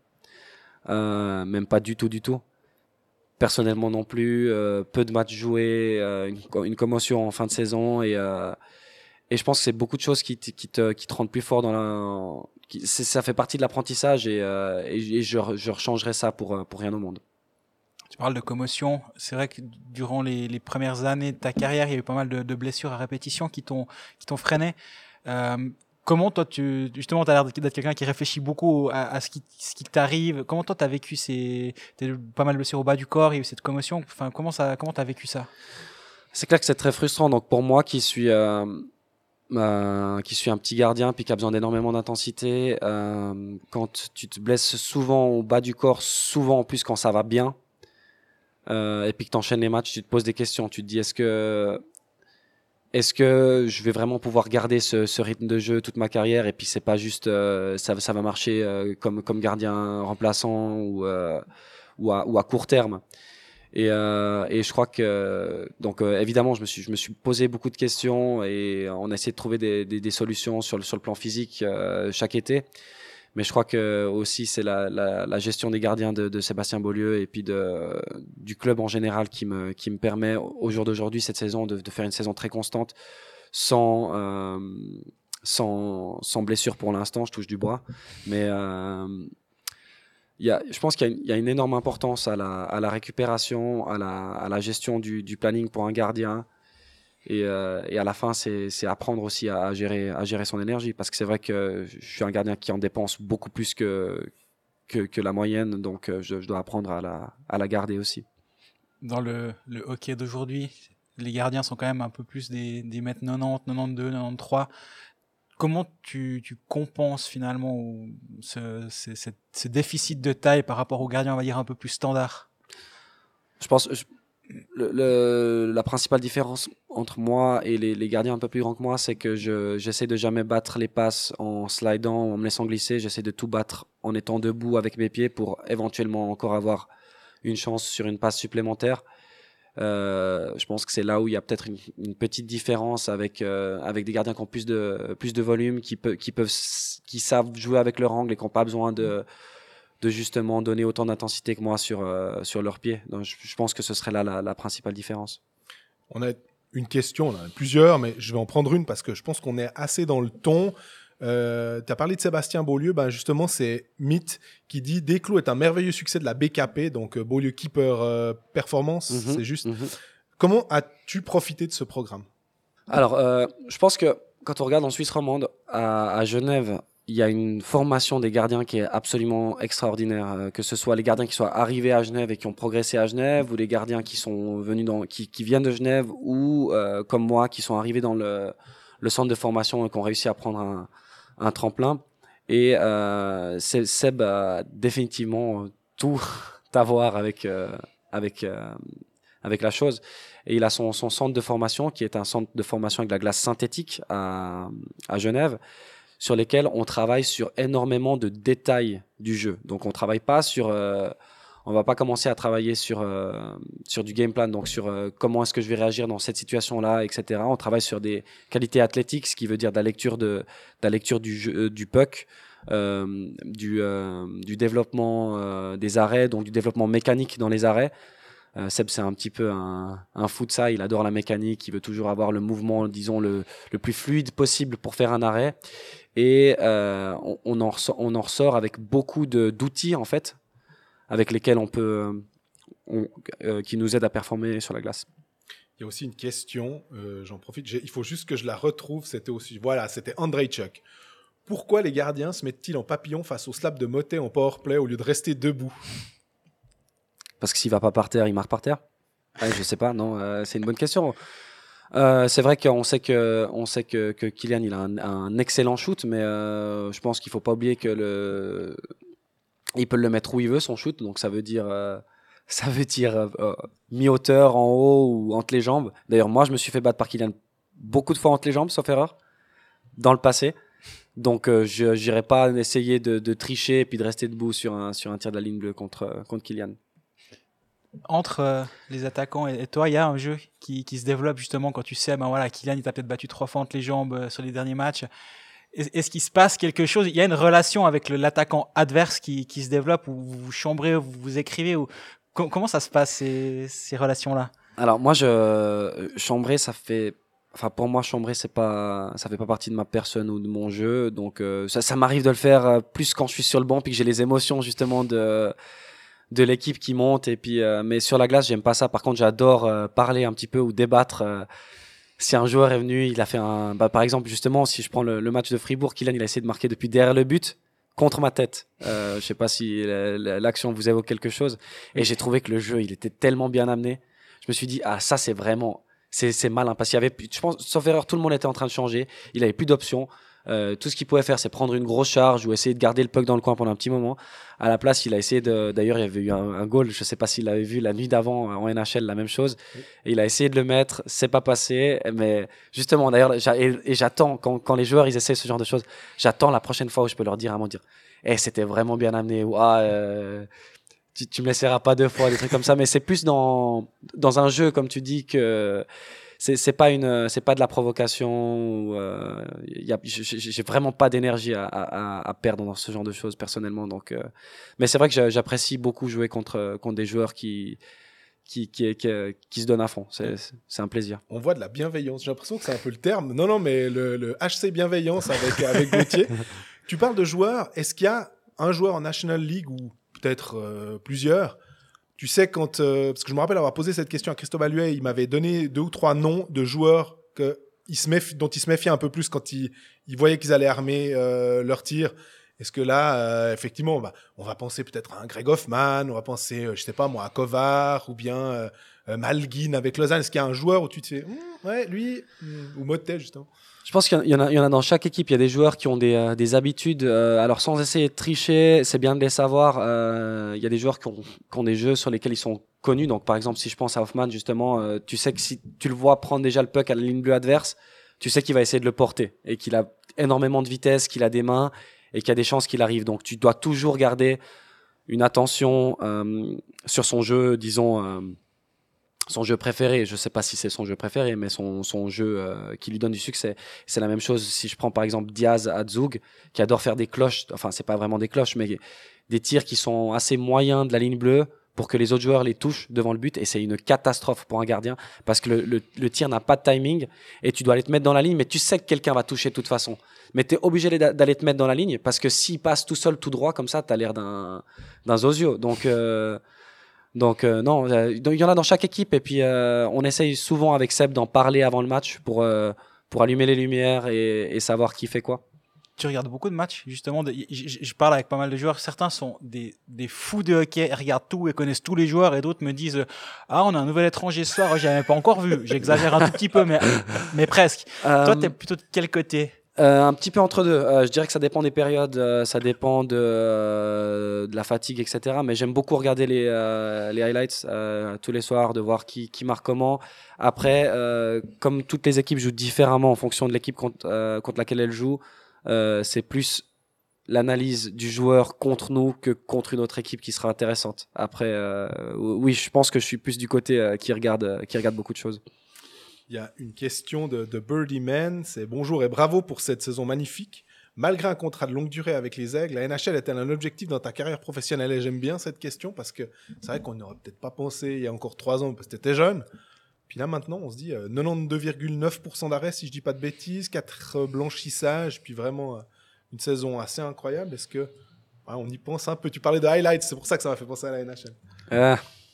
euh, même pas du tout, du tout. Personnellement non plus, euh, peu de matchs joués, euh, une, une commotion en fin de saison et euh, et je pense que c'est beaucoup de choses qui, t- qui te qui te rendent plus fort dans la, qui, c'est, ça fait partie de l'apprentissage et, euh, et, et je je rechangerais ça pour pour rien au monde. Tu parles de commotion. C'est vrai que durant les, les premières années de ta carrière, il y a eu pas mal de, de blessures à répétition qui t'ont, qui t'ont freiné. Euh, comment toi, tu, justement, tu as l'air d'être quelqu'un qui réfléchit beaucoup à, à ce qui, ce qui t'arrive. Comment toi, tu as vécu ces, t'as eu pas mal de blessures au bas du corps, il y a eu cette commotion. Enfin, comment ça, comment tu as vécu ça? C'est clair que c'est très frustrant. Donc pour moi qui suis euh, euh, qui suis un petit gardien puis qui a besoin d'énormément d'intensité, euh, quand tu te blesses souvent au bas du corps, souvent en plus quand ça va bien. Euh, et puis que tu enchaînes les matchs, tu te poses des questions. Tu te dis, est-ce que, est-ce que je vais vraiment pouvoir garder ce, ce rythme de jeu toute ma carrière? Et puis c'est pas juste, euh, ça, ça va marcher euh, comme, comme gardien remplaçant ou, euh, ou, à, ou à court terme. Et, euh, et je crois que, donc euh, évidemment, je me suis, je me suis posé beaucoup de questions et on a essayé de trouver des, des, des solutions sur le, sur le plan physique euh, chaque été. Mais je crois que aussi c'est la, la, la gestion des gardiens de, de Sébastien Beaulieu et puis de, du club en général qui me, qui me permet au jour d'aujourd'hui cette saison de, de faire une saison très constante sans, euh, sans, sans blessure pour l'instant. Je touche du bois, mais euh, il y a, je pense qu'il y a, une, il y a une énorme importance à la, à la récupération, à la, à la gestion du, du planning pour un gardien. Et, euh, et à la fin, c'est, c'est apprendre aussi à, à, gérer, à gérer son énergie. Parce que c'est vrai que je suis un gardien qui en dépense beaucoup plus que, que, que la moyenne. Donc, je, je dois apprendre à la, à la garder aussi. Dans le, le hockey d'aujourd'hui, les gardiens sont quand même un peu plus des, des mètres quatre-vingt-dix, quatre-vingt-douze, quatre-vingt-treize. Comment tu, tu compenses finalement ce, ce, ce, ce déficit de taille par rapport aux gardiens, on va dire, un peu plus standard? Je pense je, le, le, la principale différence entre moi et les, les gardiens un peu plus grands que moi, c'est que je, j'essaie de jamais battre les passes en slidant, en me laissant glisser. J'essaie de tout battre en étant debout avec mes pieds pour éventuellement encore avoir une chance sur une passe supplémentaire. Euh, je pense que c'est là où il y a peut-être une, une petite différence avec euh, avec des gardiens qui ont plus de plus de volume, qui peuvent qui peuvent qui savent jouer avec leur angle et qui n'ont pas besoin de de justement donner autant d'intensité que moi sur euh, sur leurs pieds. Donc je, je pense que ce serait là la, la principale différence. On a une question, on en a plusieurs, mais je vais en prendre une parce que je pense qu'on est assez dans le ton. Euh, tu as parlé de Sébastien Beaulieu, ben justement c'est Mythe qui dit Desclos est un merveilleux succès de la B K P, donc euh, Beaulieu Keeper euh, Performance, mm-hmm, c'est juste. Mm-hmm. Comment as-tu profité de ce programme? Alors, euh, je pense que quand on regarde en Suisse romande, à, à Genève, il y a une formation des gardiens qui est absolument extraordinaire, euh, que ce soit les gardiens qui sont arrivés à Genève et qui ont progressé à Genève, ou les gardiens qui sont venus dans, qui, qui viennent de Genève, ou euh, comme moi, qui sont arrivés dans le, le centre de formation et qui ont réussi à prendre un un tremplin. Et euh, Seb a définitivement tout à voir avec euh, avec euh, avec la chose. Et il a son son centre de formation qui est un centre de formation avec de la glace synthétique à à Genève, sur lesquels on travaille sur énormément de détails du jeu. Donc on travaille pas sur euh, on va pas commencer à travailler sur euh, sur du game plan, donc sur euh, comment est-ce que je vais réagir dans cette situation-là, et cetera. On travaille sur des qualités athlétiques, ce qui veut dire de la lecture de, de la lecture du jeu, euh, du puck, euh, du euh, du développement euh, des arrêts, donc du développement mécanique dans les arrêts. Euh, Seb, c'est un petit peu un, un fou de ça. Il adore la mécanique. Il veut toujours avoir le mouvement, disons le le plus fluide possible pour faire un arrêt. Et euh, on, on en ressort, on en ressort avec beaucoup de d'outils en fait, avec lesquels on peut, on, euh, qui nous aident à performer sur la glace. Il y a aussi une question, euh, j'en profite, j'ai, il faut juste que je la retrouve, c'était aussi, voilà, c'était Andrejchuk. Pourquoi les gardiens se mettent-ils en papillon face au slap de Motet en powerplay au lieu de rester debout? Parce que s'il va pas par terre, il marque par terre. Ouais, je sais pas, non, euh, c'est une bonne question. Euh, c'est vrai qu'on sait que, on sait que, que Kylian, il a un, un excellent shoot, mais euh, je pense qu'il faut pas oublier que le il peut le mettre où il veut, son shoot, donc ça veut dire, euh, ça veut dire euh, euh, mi-hauteur, en haut ou entre les jambes. D'ailleurs, moi, je me suis fait battre par Kylian beaucoup de fois entre les jambes, sauf erreur, dans le passé. Donc, euh, je n'irai pas essayer de, de tricher et puis de rester debout sur un, sur un tir de la ligne bleue contre, euh, contre Kylian. Entre euh, les attaquants et, et toi, il y a un jeu qui, qui se développe justement quand tu sais, ben voilà, Kylian, il t'a peut-être battu trois fois entre les jambes euh, sur les derniers matchs. Est-ce qu'il se passe quelque chose? Il y a une relation avec le, l'attaquant adverse qui, qui se développe, où vous vous chambrez, vous vous écrivez, ou com- comment ça se passe ces, ces relations-là? Alors moi, je chambrer, ça fait, enfin pour moi, chambrer, c'est pas, ça fait pas partie de ma personne ou de mon jeu, donc euh, ça, ça m'arrive de le faire euh, plus quand je suis sur le banc puis que j'ai les émotions justement de de l'équipe qui monte, et puis euh, mais sur la glace, j'aime pas ça. Par contre, j'adore euh, parler un petit peu ou débattre. Euh, Si un joueur est venu, il a fait un, bah, par exemple, justement, si je prends le, le match de Fribourg, Kylian, il a essayé de marquer depuis derrière le but, contre ma tête. Euh, je sais pas si l'action vous évoque quelque chose. Et j'ai trouvé que le jeu, il était tellement bien amené. Je me suis dit, ah, ça, c'est vraiment, c'est, c'est malin. Parce qu'il y avait, je pense, sauf erreur, tout le monde était en train de changer. Il avait plus d'options. Euh, tout ce qu'il pouvait faire, c'est prendre une grosse charge ou essayer de garder le puck dans le coin pendant un petit moment. À la place, il a essayé de, d'ailleurs, il y avait eu un, un goal, je sais pas s'il l'avait vu la nuit d'avant en N H L, la même chose. Et il a essayé de le mettre, c'est pas passé, mais justement, d'ailleurs, j'a, et, et j'attends, quand, quand les joueurs, ils essaient ce genre de choses, j'attends la prochaine fois où je peux leur dire, à m'en dire, eh, hey, c'était vraiment bien amené, ou, ah, euh, tu, tu me laisseras pas deux fois, des trucs comme ça, mais c'est plus dans, dans un jeu, comme tu dis, que, c'est c'est pas une c'est pas de la provocation, euh, y a j'ai vraiment pas d'énergie à, à à perdre dans ce genre de choses personnellement, donc euh, mais c'est vrai que j'apprécie beaucoup jouer contre contre des joueurs qui qui qui qui, qui se donnent à fond. C'est c'est un plaisir. On voit de la bienveillance, j'ai l'impression que c'est un peu le terme. Non non mais le le H C bienveillance avec avec Gauthier. Tu parles de joueurs, est-ce qu'il y a un joueur en National League ou peut-être euh, plusieurs. Tu sais, quand. Euh, parce que je me rappelle avoir posé cette question à Christophe Huet, il m'avait donné deux ou trois noms de joueurs que, il se méfie, dont il se méfiait un peu plus quand il, il voyait qu'ils allaient armer euh, leur tir. Est-ce que là, euh, effectivement, bah, on va penser peut-être à un Greg Hoffman, on va penser, euh, je sais pas moi, à Kovar ou bien euh, euh, Malguin avec Lausanne. Est-ce qu'il y a un joueur où tu te fais, hm, ouais, lui, hmm, ou Motet, justement? Je pense qu'il y en a, il y en a dans chaque équipe. Il y a des joueurs qui ont des, euh, des habitudes. Euh, alors, sans essayer de tricher, c'est bien de les savoir. Euh, il y a des joueurs qui ont, qui ont des jeux sur lesquels ils sont connus. Donc, par exemple, si je pense à Hoffman, justement, euh, tu sais que si tu le vois prendre déjà le puck à la ligne bleue adverse, tu sais qu'il va essayer de le porter et qu'il a énormément de vitesse, qu'il a des mains et qu'il y a des chances qu'il arrive. Donc, tu dois toujours garder une attention euh, sur son jeu, disons... Euh, son jeu préféré, je sais pas si c'est son jeu préféré, mais son, son jeu euh, qui lui donne du succès. C'est la même chose si je prends par exemple Diaz à Zug, qui adore faire des cloches, enfin c'est pas vraiment des cloches, mais des tirs qui sont assez moyens de la ligne bleue pour que les autres joueurs les touchent devant le but, et c'est une catastrophe pour un gardien, parce que le, le, le tir n'a pas de timing, et tu dois aller te mettre dans la ligne, mais tu sais que quelqu'un va toucher de toute façon. Mais tu es obligé d'aller te mettre dans la ligne, parce que s'il passe tout seul, tout droit, comme ça, tu as l'air d'un, d'un Zozio. Donc... Euh, Donc euh, non, il y en a dans chaque équipe, et puis euh, on essaye souvent avec Seb d'en parler avant le match pour, euh, pour allumer les lumières et, et savoir qui fait quoi. Tu regardes beaucoup de matchs, justement. De, je, je parle avec pas mal de joueurs. Certains sont des, des fous de hockey, regardent tout et connaissent tous les joueurs, et d'autres me disent « Ah, on a un nouvel étranger ce soir, je l'avais pas encore vu. » J'exagère un tout petit peu, mais, mais presque. Euh, Toi, t'es plutôt de quel côté? Euh, un petit peu entre deux. Euh, je dirais que ça dépend des périodes, euh, ça dépend de, euh, de la fatigue, et cetera. Mais j'aime beaucoup regarder les, euh, les highlights euh, tous les soirs, de voir qui, qui marque comment. Après, euh, comme toutes les équipes jouent différemment en fonction de l'équipe contre, euh, contre laquelle elles jouent, euh, c'est plus l'analyse du joueur contre nous que contre une autre équipe qui sera intéressante. Après, euh, oui, je pense que je suis plus du côté euh, qui regarde, euh, qui regarde beaucoup de choses. Il y a une question de, de Birdie Man, c'est « Bonjour et bravo pour cette saison magnifique. Malgré un contrat de longue durée avec les Aigles, la N H L est-elle un objectif dans ta carrière professionnelle ?» Et j'aime bien cette question parce que c'est vrai qu'on n'aurait peut-être pas pensé il y a encore trois ans parce que tu étais jeune. Puis là, maintenant, on se dit euh, quatre-vingt-douze virgule neuf pour cent d'arrêt, si je dis pas de bêtises, quatre blanchissages, puis vraiment euh, une saison assez incroyable. Est-ce que... Ouais, on y pense un peu. Tu parlais de highlights, c'est pour ça que ça m'a fait penser à la N H L. Euh,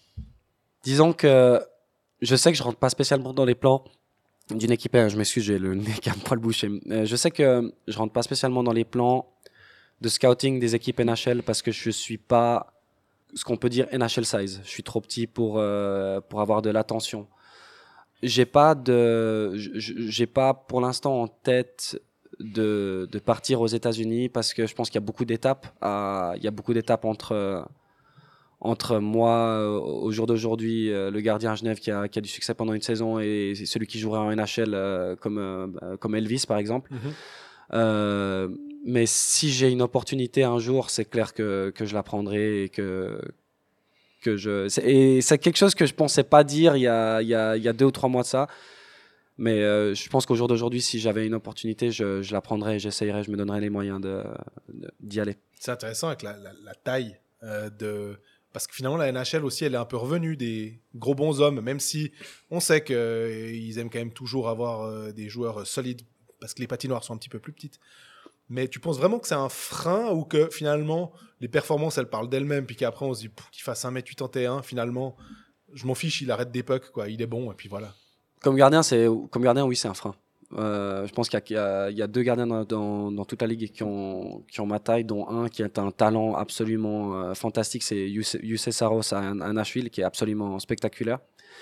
disons que je sais que je rentre pas spécialement dans les plans d'une équipe. Je m'excuse, j'ai le nez qui a un poil bouché. Euh, je sais que je rentre pas spécialement dans les plans de scouting des équipes N H L parce que je suis pas ce qu'on peut dire N H L size. Je suis trop petit pour euh, pour avoir de l'attention. J'ai pas de, j'ai pas pour l'instant en tête de de partir aux États-Unis parce que je pense qu'il y a beaucoup d'étapes. À, il y a beaucoup d'étapes entre entre moi, euh, au jour d'aujourd'hui, euh, le gardien à Genève qui a, qui a du succès pendant une saison et celui qui jouerait en N H L euh, comme, euh, comme Elvis, par exemple. Mm-hmm. Euh, mais si j'ai une opportunité un jour, c'est clair que, que je la prendrai et que, que je... C'est, et c'est quelque chose que je pensais pas dire il y a, il y a, il y a deux ou trois mois de ça. Mais euh, je pense qu'au jour d'aujourd'hui, si j'avais une opportunité, je, je la prendrais, j'essayerais, je me donnerais les moyens de, de, d'y aller. C'est intéressant avec la, la, la taille euh, de... Parce que finalement, la N H L aussi, elle est un peu revenue des gros bons hommes, même si on sait qu'ils euh, aiment quand même toujours avoir euh, des joueurs solides, parce que les patinoires sont un petit peu plus petites. Mais tu penses vraiment que c'est un frein ou que finalement, les performances, elles parlent d'elles-mêmes, puis qu'après, on se dit qu'il fasse un mètre quatre-vingt-un, finalement, je m'en fiche, il arrête des pucks, quoi, il est bon, et puis voilà. Comme gardien, c'est, comme gardien oui, c'est un frein. Euh, je pense qu'il y a, il y a deux gardiens dans, dans, dans toute la ligue qui ont, qui ont ma taille, dont un qui a un talent absolument euh, fantastique, c'est Jussi Saros à, à Nashville, qui est absolument spectaculaire,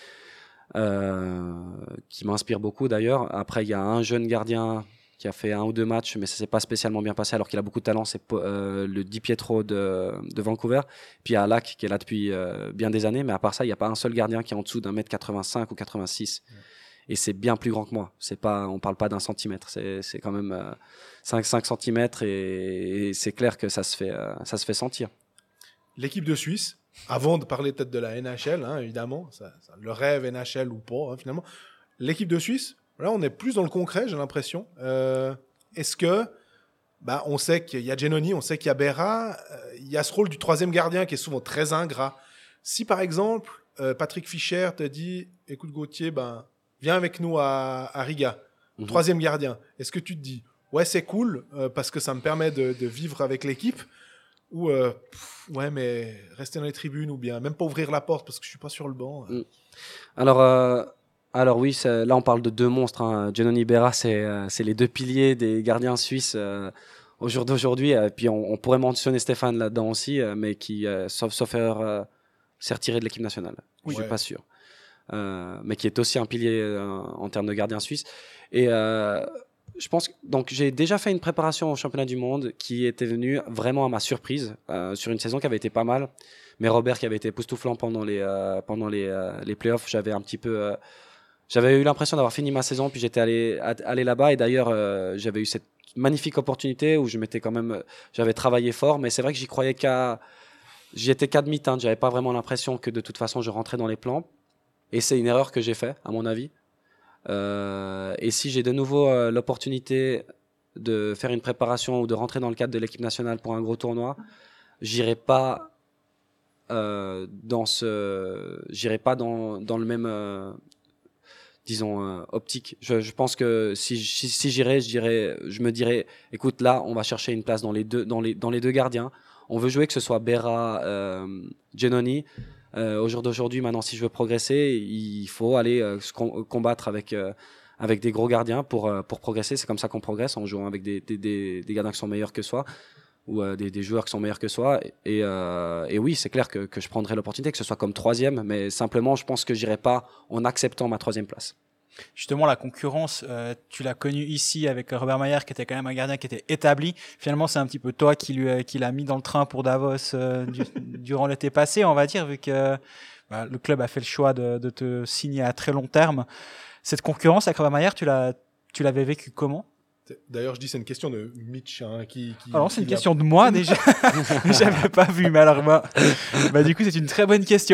euh, qui m'inspire beaucoup d'ailleurs. Après, il y a un jeune gardien qui a fait un ou deux matchs, mais ça s'est pas spécialement bien passé alors qu'il a beaucoup de talent, c'est euh, le Di Pietro de, de Vancouver. Puis il y a Lac qui est là depuis euh, bien des années, mais à part ça, il n'y a pas un seul gardien qui est en dessous d'un mètre quatre-vingt-cinq ou quatre-vingt-six. Ouais. Et c'est bien plus grand que moi. C'est pas, on parle pas d'un centimètre. C'est, c'est quand même euh, cinq centimètres et, et c'est clair que ça se fait, euh, ça se fait sentir. L'équipe de Suisse, avant de parler peut-être de la N H L, hein, évidemment, ça, ça, le rêve N H L ou pas, hein, finalement. L'équipe de Suisse, là, on est plus dans le concret, j'ai l'impression. Euh, est-ce que, bah, on sait qu'il y a Giannoni, on sait qu'il y a Berra, euh, il y a ce rôle du troisième gardien qui est souvent très ingrat. Si par exemple, euh, Patrick Fischer te dit, écoute Gauthier, ben viens avec nous à, à Riga, mmh. troisième gardien. Est-ce que tu te dis, ouais, c'est cool, euh, parce que ça me permet de, de vivre avec l'équipe, ou euh, pff, ouais, mais rester dans les tribunes, ou bien même pas ouvrir la porte parce que je suis pas sur le banc. Mm. Alors, euh, alors oui, c'est- là on parle de deux monstres. Hein. Giannoni Berra, c'est euh, c'est les deux piliers des gardiens suisses euh, au jour d'aujourd'hui. Et puis on, on pourrait mentionner Stéphane là-dedans aussi, euh, mais qui, euh, sauf, sauf erreur, euh, s'est retiré de l'équipe nationale. Oui. Je suis Ouais. pas sûr. Euh, mais qui est aussi un pilier euh, en termes de gardien suisse. Et euh, je pense que, donc j'ai déjà fait une préparation au championnat du monde qui était venue vraiment à ma surprise euh, sur une saison qui avait été pas mal. Mais Robert qui avait été époustouflant pendant les euh, pendant les euh, les playoffs, j'avais un petit peu euh, j'avais eu l'impression d'avoir fini ma saison, puis j'étais allé à- allé là-bas et d'ailleurs euh, j'avais eu cette magnifique opportunité où je m'étais quand même j'avais travaillé fort, mais c'est vrai que j'y croyais qu'à j'y étais qu'à demi-teinte, j'avais pas vraiment l'impression que de toute façon je rentrais dans les plans. Et c'est une erreur que j'ai fait, à mon avis. Euh, et si j'ai de nouveau euh, l'opportunité de faire une préparation ou de rentrer dans le cadre de l'équipe nationale pour un gros tournoi, j'irai pas euh, dans ce, j'irai pas dans, dans le même, euh, disons, euh, optique. Je, je pense que si, si, si j'irais, je dirais, je me dirais, écoute, là, on va chercher une place dans les deux, dans les, dans les deux gardiens. On veut jouer que ce soit Berra, euh, Giannoni. Euh, au jour d'aujourd'hui, maintenant, si je veux progresser, il faut aller euh, se com- combattre avec euh, avec des gros gardiens pour euh, pour progresser. C'est comme ça qu'on progresse en jouant avec des des, des, des gardiens qui sont meilleurs que soi ou euh, des, des joueurs qui sont meilleurs que soi. Et euh, et oui, c'est clair que que je prendrai l'opportunité que ce soit comme troisième, mais simplement, je pense que j'irai pas en acceptant ma troisième place. Justement, la concurrence, euh, tu l'as connue ici avec Robert Mayer, qui était quand même un gardien qui était établi. Finalement, c'est un petit peu toi qui, lui, euh, qui l'a mis dans le train pour Davos euh, du, durant l'été passé, on va dire, vu que bah, le club a fait le choix de, de te signer à très long terme. Cette concurrence avec Robert Mayer, tu, l'as, tu l'avais vécu comment ? D'ailleurs, je dis c'est une question de Mitch hein, qui, qui. Alors, c'est qui une l'a- question de moi déjà. J'avais pas vu, mais alors, bah, bah, du coup, c'est une très bonne question.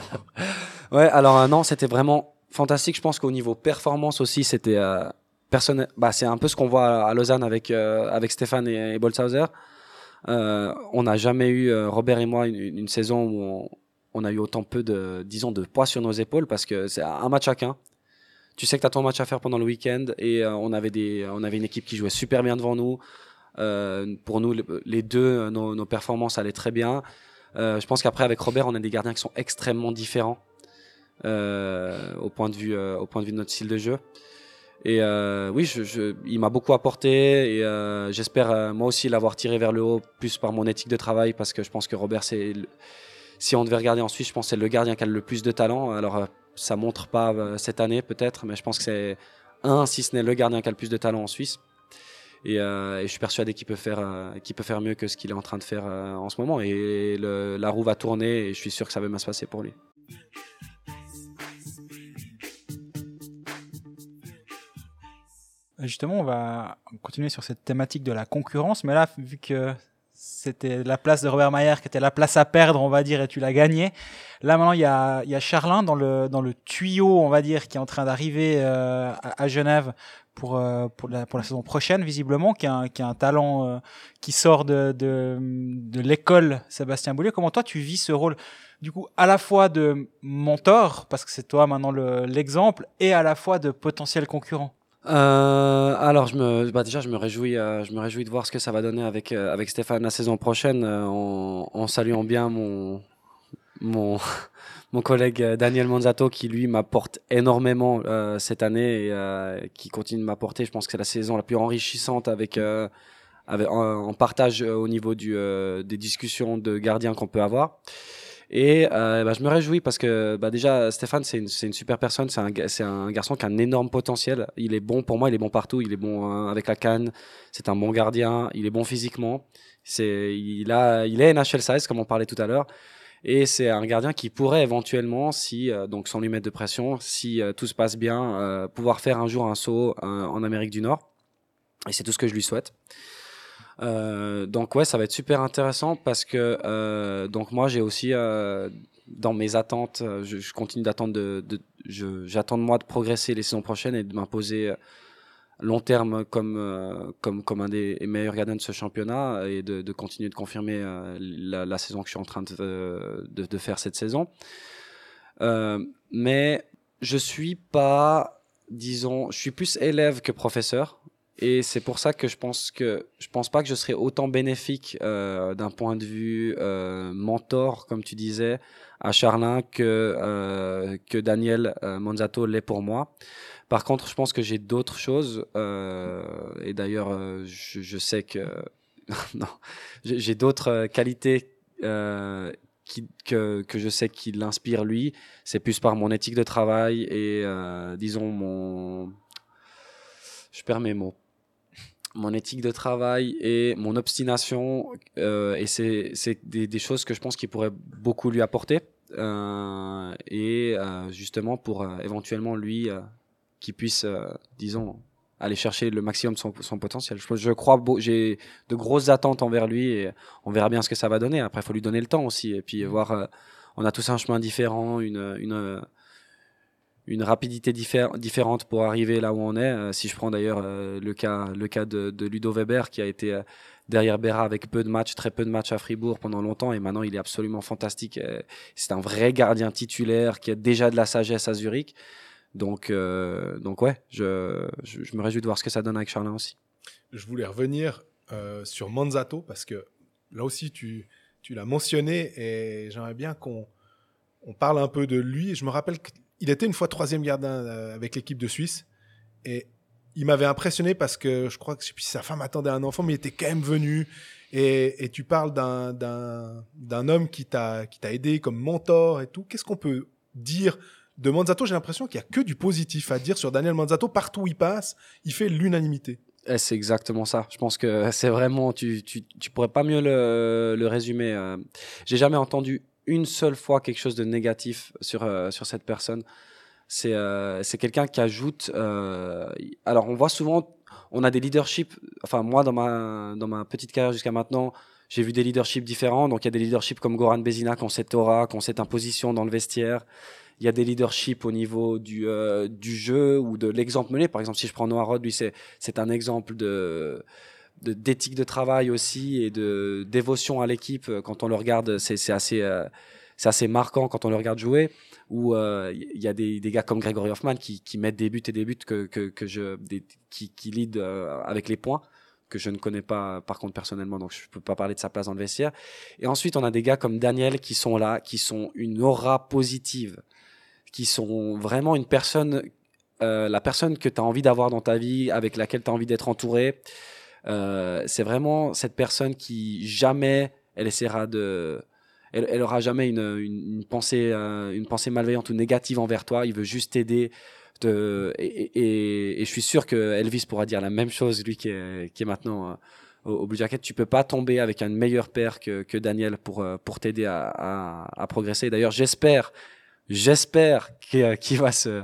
Ouais, alors euh, non, c'était vraiment fantastique. Je pense qu'au niveau performance aussi, c'était euh, personnel. Bah, c'est un peu ce qu'on voit à, à Lausanne avec euh, avec Stéphane et, et Bolshauser. Euh, on n'a jamais eu euh, Robert et moi une, une saison où on, on a eu autant peu de disons de poids sur nos épaules parce que c'est un match chacun. Tu sais que tu as ton match à faire pendant le week-end et euh, on avait des on avait une équipe qui jouait super bien devant nous. Euh, pour nous, les deux, nos, nos performances allaient très bien. Euh, je pense qu'après, avec Robert, on a des gardiens qui sont extrêmement différents euh, au point de vue, euh, au point de vue de notre style de jeu. Et euh, oui, je, je, il m'a beaucoup apporté et euh, j'espère euh, moi aussi l'avoir tiré vers le haut, plus par mon éthique de travail, parce que je pense que Robert, c'est, le, si on devait regarder en Suisse, je pense que c'est le gardien qui a le plus de talent. Alors, euh, ça montre pas euh, cette année peut-être, mais je pense que c'est un, si ce n'est le gardien qui a le plus de talent en Suisse. Et, euh, et je suis persuadé qu'il peut faire, euh, qu'il peut faire mieux que ce qu'il est en train de faire euh, en ce moment. Et le, la roue va tourner et je suis sûr que ça va bien se passer pour lui. Justement, on va continuer sur cette thématique de la concurrence, mais là, vu que c'était la place de Robert Mayer qui était la place à perdre, on va dire, et tu l'as gagné. Là, maintenant, il y a, il y a Charlin dans le, dans le tuyau, on va dire, qui est en train d'arriver euh, à, à Genève pour, euh, pour, la, pour la saison prochaine, visiblement, qui a un, qui a un talent euh, qui sort de, de, de l'école Sébastien Boulay. Comment toi, tu vis ce rôle, du coup, à la fois de mentor, parce que c'est toi maintenant le, l'exemple, et à la fois de potentiel concurrent? Euh, alors, je me, bah déjà, je me réjouis, euh, je me réjouis de voir ce que ça va donner avec euh, avec Stéphane la saison prochaine, euh, en, en saluant bien mon mon mon collègue euh, Daniel Monzato qui lui m'apporte énormément euh, cette année et euh, qui continue de m'apporter. Je pense que c'est la saison la plus enrichissante avec euh, avec en, en partage euh, au niveau du euh, des discussions de gardiens qu'on peut avoir. Et euh, bah, je me réjouis parce que bah, déjà Stéphane c'est une, c'est une super personne, c'est un, c'est un garçon qui a un énorme potentiel. Il est bon pour moi, il est bon partout, il est bon euh, avec la canne, c'est un bon gardien, il est bon physiquement. C'est, il a, il est N H L size comme on parlait tout à l'heure. Et c'est un gardien qui pourrait éventuellement, si euh, donc sans lui mettre de pression, si euh, tout se passe bien, euh, pouvoir faire un jour un saut euh, en Amérique du Nord. Et c'est tout ce que je lui souhaite. Euh, donc ouais, ça va être super intéressant parce que euh, donc moi j'ai aussi euh, dans mes attentes, je, je continue d'attendre de, de je, j'attends de moi de progresser les saisons prochaines et de m'imposer long terme comme euh, comme comme un des meilleurs gardiens de ce championnat et de, de continuer de confirmer euh, la, la saison que je suis en train de de, de faire cette saison. Euh, mais je suis pas, disons, je suis plus élève que professeur. Et c'est pour ça que je pense que je pense pas que je serais autant bénéfique euh, d'un point de vue euh, mentor, comme tu disais, à Charlin que euh, que Daniel euh, Manzato l'est pour moi. Par contre, je pense que j'ai d'autres choses. Euh, et d'ailleurs, euh, je, je sais que non, j'ai j'ai d'autres euh, qualités euh, qui, que que je sais qui l'inspirent lui. C'est plus par mon éthique de travail et euh, disons mon je perds mes mots. Mon éthique de travail et mon obstination, euh, et c'est, c'est des, des choses que je pense qu'il pourrait beaucoup lui apporter, euh, et euh, justement pour euh, éventuellement lui, euh, qu'il puisse, euh, disons, aller chercher le maximum de son, son potentiel. Je, je crois, beau, j'ai de grosses attentes envers lui, et on verra bien ce que ça va donner. Après, il faut lui donner le temps aussi, et puis voir, euh, on a tous un chemin différent, une... une une rapidité diffé- différente pour arriver là où on est. Euh, si je prends d'ailleurs euh, le cas, le cas de, de Ludo Weber, qui a été euh, derrière Berra avec peu de matchs, très peu de matchs à Fribourg pendant longtemps, et maintenant il est absolument fantastique. Euh, c'est un vrai gardien titulaire qui a déjà de la sagesse à Zurich. Donc, euh, donc ouais, je, je, je me réjouis de voir ce que ça donne avec Charlin aussi. Je voulais revenir euh, sur Manzato, parce que là aussi, tu, tu l'as mentionné, et j'aimerais bien qu'on on parle un peu de lui. Je me rappelle qu'il était une fois troisième gardien euh, avec l'équipe de Suisse, et il m'avait impressionné parce que je crois que je sais plus si sa femme attendait un enfant, mais il était quand même venu. Et, et tu parles d'un, d'un, d'un homme qui t'a, qui t'a aidé comme mentor et tout. Qu'est-ce qu'on peut dire de Manzato? J'ai l'impression qu'il n'y a que du positif à dire sur Daniel Manzato. Partout où il passe, il fait l'unanimité. Et c'est exactement ça. Je pense que c'est vraiment, tu, tu, tu pourrais pas mieux le, le résumer. Euh, j'ai jamais entendu une seule fois quelque chose de négatif sur, euh, sur cette personne. C'est, euh, c'est quelqu'un qui ajoute. Euh, alors, on voit souvent, on a des leaderships. Enfin, moi, dans ma, dans ma petite carrière jusqu'à maintenant, j'ai vu des leaderships différents. Donc, il y a des leaderships comme Goran Bezina, qui ont cette aura, qui ont cette imposition dans le vestiaire. Il y a des leaderships au niveau du, euh, du jeu ou de l'exemple mené. Par exemple, si je prends Noah Rod, lui, c'est, c'est un exemple de. De, d'éthique de travail aussi et de dévotion à l'équipe. Quand on le regarde, c'est, c'est, assez, euh, c'est assez marquant quand on le regarde jouer. Où il euh, y a des, des gars comme Gregory Hoffman qui, qui mettent des buts et des buts que, que, que je, des, qui, qui lead euh, avec les points, que je ne connais pas par contre personnellement, donc je peux pas parler de sa place dans le vestiaire. Et ensuite, on a des gars comme Daniel qui sont là, qui sont une aura positive, qui sont vraiment une personne, euh, la personne que tu as envie d'avoir dans ta vie, avec laquelle tu as envie d'être entouré. Euh, c'est vraiment cette personne qui jamais elle essaiera de elle, elle aura jamais une, une, une pensée euh, une pensée malveillante ou négative envers toi. Il veut juste t'aider te, et, et, et je suis sûr que Elvis pourra dire la même chose, lui qui est, qui est maintenant euh, au, au Blue Jacket. Tu peux pas tomber avec un meilleur père que, que Daniel pour, euh, pour t'aider à, à, à progresser. D'ailleurs, j'espère j'espère qu'il, qu'il va se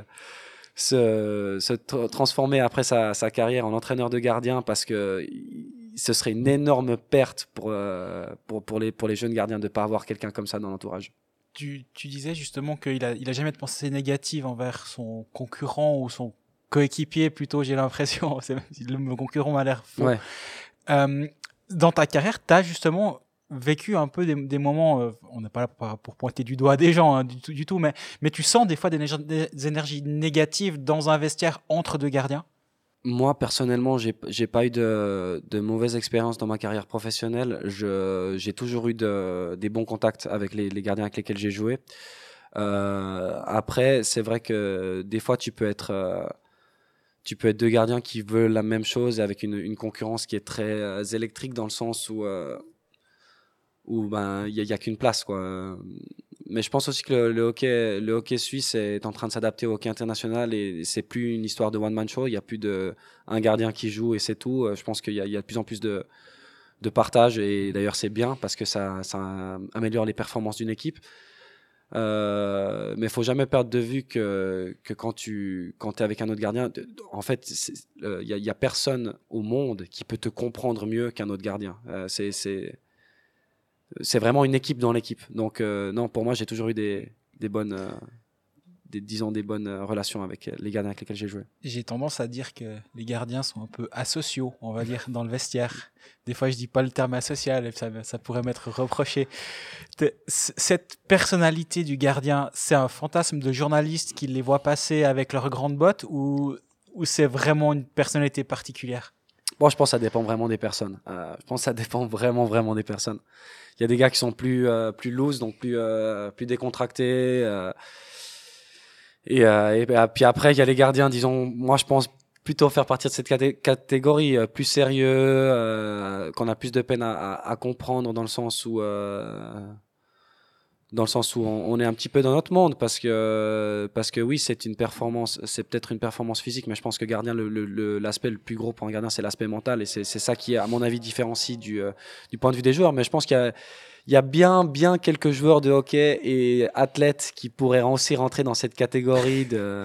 se, se tra- transformer après sa, sa carrière en entraîneur de gardien, parce que ce serait une énorme perte pour, euh, pour, pour, les, pour les jeunes gardiens de ne pas avoir quelqu'un comme ça dans l'entourage. Tu, tu disais justement qu'il a, il a jamais de pensée négative envers son concurrent ou son coéquipier plutôt, j'ai l'impression. C'est, le concurrent m'a l'air faux. Ouais. Euh, dans ta carrière, tu as justement vécu un peu des, des moments, euh, on n'est pas là pour, pour pointer du doigt des gens, hein, du, tout, du tout, mais, mais tu sens des fois des, néger- des énergies négatives dans un vestiaire entre deux gardiens? Moi, personnellement, j'ai, j'ai pas eu de, de mauvaises expériences dans ma carrière professionnelle. Je, j'ai toujours eu de, des bons contacts avec les, les gardiens avec lesquels j'ai joué. Euh, après, c'est vrai que des fois, tu peux être, euh, tu peux être deux gardiens qui veulent la même chose avec une, une concurrence qui est très euh, électrique, dans le sens où, euh, où ben il y, y a qu'une place, quoi. Mais je pense aussi que le, le hockey le hockey suisse est en train de s'adapter au hockey international, et c'est plus une histoire de one man show. Il y a plus de un gardien qui joue et c'est tout. Je pense qu'il y a, il y a de plus en plus de de partage, et d'ailleurs c'est bien parce que ça ça améliore les performances d'une équipe. Euh, mais faut jamais perdre de vue que que quand tu quand t'es avec un autre gardien, en fait il euh, y a il y a personne au monde qui peut te comprendre mieux qu'un autre gardien. Euh, c'est c'est c'est vraiment une équipe dans l'équipe. Donc euh, non, pour moi, j'ai toujours eu des, des bonnes, euh, des, disons des bonnes euh, relations avec les gardiens avec lesquels j'ai joué. J'ai tendance à dire que les gardiens sont un peu asociaux, on va dire, dans le vestiaire. Des fois, je dis pas le terme asocial, et ça, ça pourrait m'être reproché. T- Cette personnalité du gardien, c'est un fantasme de journalistes qui les voient passer avec leurs grandes bottes, ou, ou c'est vraiment une personnalité particulière? Bon, je pense que ça dépend vraiment des personnes. Euh, je pense que ça dépend vraiment, vraiment des personnes. Il y a des gars qui sont plus, euh, plus loose, donc plus, euh, plus décontractés. Euh, et, euh, et puis après, il y a les gardiens, disons, moi je pense plutôt faire partie de cette caté- catégorie, euh, plus sérieux, euh, qu'on a plus de peine à, à, à comprendre dans le sens où... Euh, dans le sens où on, on est un petit peu dans notre monde parce que parce que oui c'est une performance, c'est peut-être une performance physique, mais je pense que gardien le, le, le l'aspect le plus gros pour un gardien c'est l'aspect mental, et c'est c'est ça qui à mon avis différencie du euh, du point de vue des joueurs. Mais je pense qu'il y a il y a bien bien quelques joueurs de hockey et athlètes qui pourraient aussi rentrer dans cette catégorie de,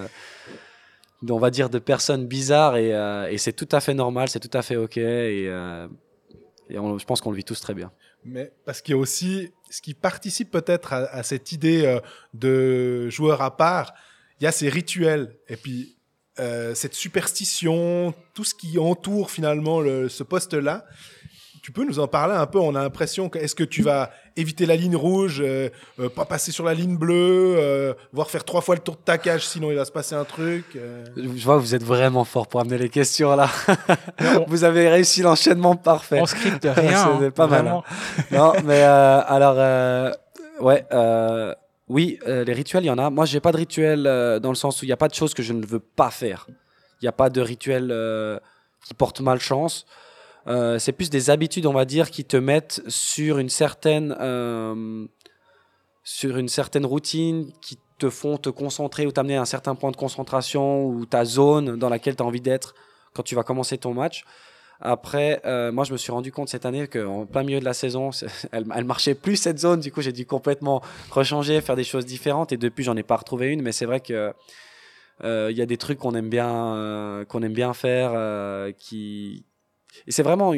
de on va dire de personnes bizarres, et euh, et c'est tout à fait normal, c'est tout à fait ok, et euh, et on, je pense qu'on le vit tous très bien. Mais parce qu'il y a aussi ce qui participe peut-être à, à cette idée euh, de joueur à part, il y a ces rituels et puis euh, cette superstition, tout ce qui entoure finalement le, ce poste-là. Tu peux nous en parler un peu? On a l'impression que est-ce que tu vas éviter la ligne rouge, euh, euh, pas passer sur la ligne bleue, euh, voire faire trois fois le tour de ta cage, sinon il va se passer un truc. Euh... Je vois que vous êtes vraiment fort pour amener les questions là. Vous avez réussi l'enchaînement parfait. On scripte rien. C'est hein, pas mal. vraiment. Non, mais euh, alors, euh, ouais, euh, oui, euh, les rituels, il y en a. Moi, j'ai pas de rituel euh, dans le sens où il n'y a pas de choses que je ne veux pas faire. Il n'y a pas de rituel euh, qui porte malchance. Euh, c'est plus des habitudes, on va dire, qui te mettent sur une certaine, euh, sur une certaine routine, qui te font te concentrer ou t'amener à un certain point de concentration ou ta zone dans laquelle tu as envie d'être quand tu vas commencer ton match. Après, euh, moi, je me suis rendu compte cette année qu'en plein milieu de la saison, elle, elle marchait plus cette zone. Du coup, j'ai dû complètement rechanger, faire des choses différentes. Et depuis, j'en ai pas retrouvé une. Mais c'est vrai que euh, il y a des trucs qu'on aime bien, euh, qu'on aime bien faire, euh, qui et c'est vraiment,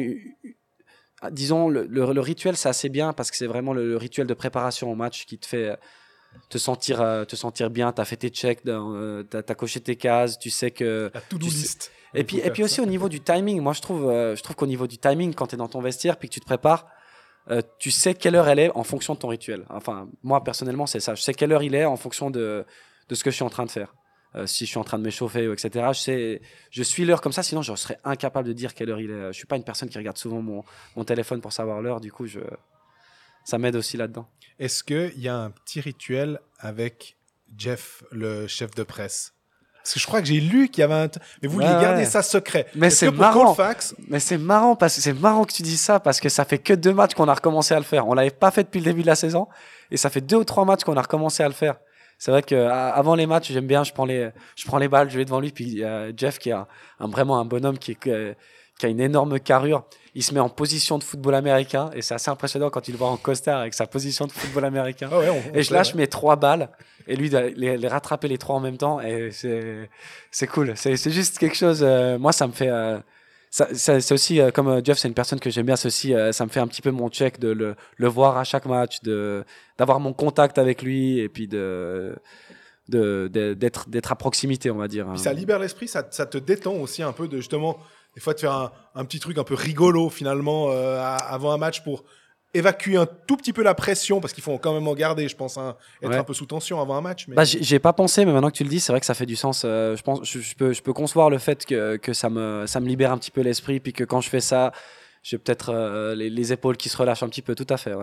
disons, le, le, le rituel, c'est assez bien parce que c'est vraiment le, le rituel de préparation au match qui te fait te sentir, euh, te sentir bien. Tu as fait tes checks, euh, tu as coché tes cases, tu sais que... La to-do list. Et puis, et puis aussi au niveau du timing, moi je trouve, euh, je trouve qu'au niveau du timing, quand tu es dans ton vestiaire puis que tu te prépares, euh, tu sais quelle heure elle est en fonction de ton rituel. Enfin, moi personnellement, c'est ça. Je sais quelle heure il est en fonction de, de ce que je suis en train de faire. Euh, si je suis en train de m'échauffer, et cetera. Je sais, je suis l'heure comme ça, sinon je serais incapable de dire quelle heure il est. Je suis pas une personne qui regarde souvent mon, mon téléphone pour savoir l'heure, du coup, je, ça m'aide aussi là-dedans. Est-ce qu'il y a un petit rituel avec Jeff, le chef de presse? Parce que je crois que j'ai lu qu'il y avait un... T... Mais vous ouais, vouliez garder ouais. ça secret. Mais Est-ce c'est que pour marrant. Colfax... Mais c'est marrant, parce que c'est marrant que tu dis ça, parce que ça fait que deux matchs qu'on a recommencé à le faire. On l'avait pas fait depuis le début de la saison, et ça fait deux ou trois matchs qu'on a recommencé à le faire. C'est vrai que avant les matchs, j'aime bien, je prends les, je prends les balles, je vais devant lui, puis euh, Jeff qui est un, un, vraiment un bonhomme qui, est, euh, qui a une énorme carrure, il se met en position de football américain, et c'est assez impressionnant quand il le voit en costard avec sa position de football américain. Ah ouais, on, on et je lâche ouais. mes trois balles, et lui de les, les rattraper les trois en même temps, et c'est, c'est cool. C'est, c'est juste quelque chose. Euh, moi, ça me fait. Euh, Ça, ça, c'est aussi, euh, comme euh, Jeff, c'est une personne que j'aime bien, c'est aussi, euh, ça me fait un petit peu mon check de le, le voir à chaque match, de, d'avoir mon contact avec lui, et puis de, de, de, d'être, d'être à proximité, on va dire. Puis ça libère l'esprit, ça, ça te détend aussi un peu de justement, des fois de faire un, un petit truc un peu rigolo finalement euh, avant un match pour évacuer un tout petit peu la pression, parce qu'il faut quand même en garder, je pense, hein, être ouais. un peu sous tension avant un match. Mais... Bah, j'ai, j'ai pas pensé, mais maintenant que tu le dis, c'est vrai que ça fait du sens. Euh, je pense, je, je peux, je peux concevoir le fait que, que ça me, ça me libère un petit peu l'esprit, puis que quand je fais ça, j'ai peut-être euh, les, les épaules qui se relâchent un petit peu. Tout à fait, ouais.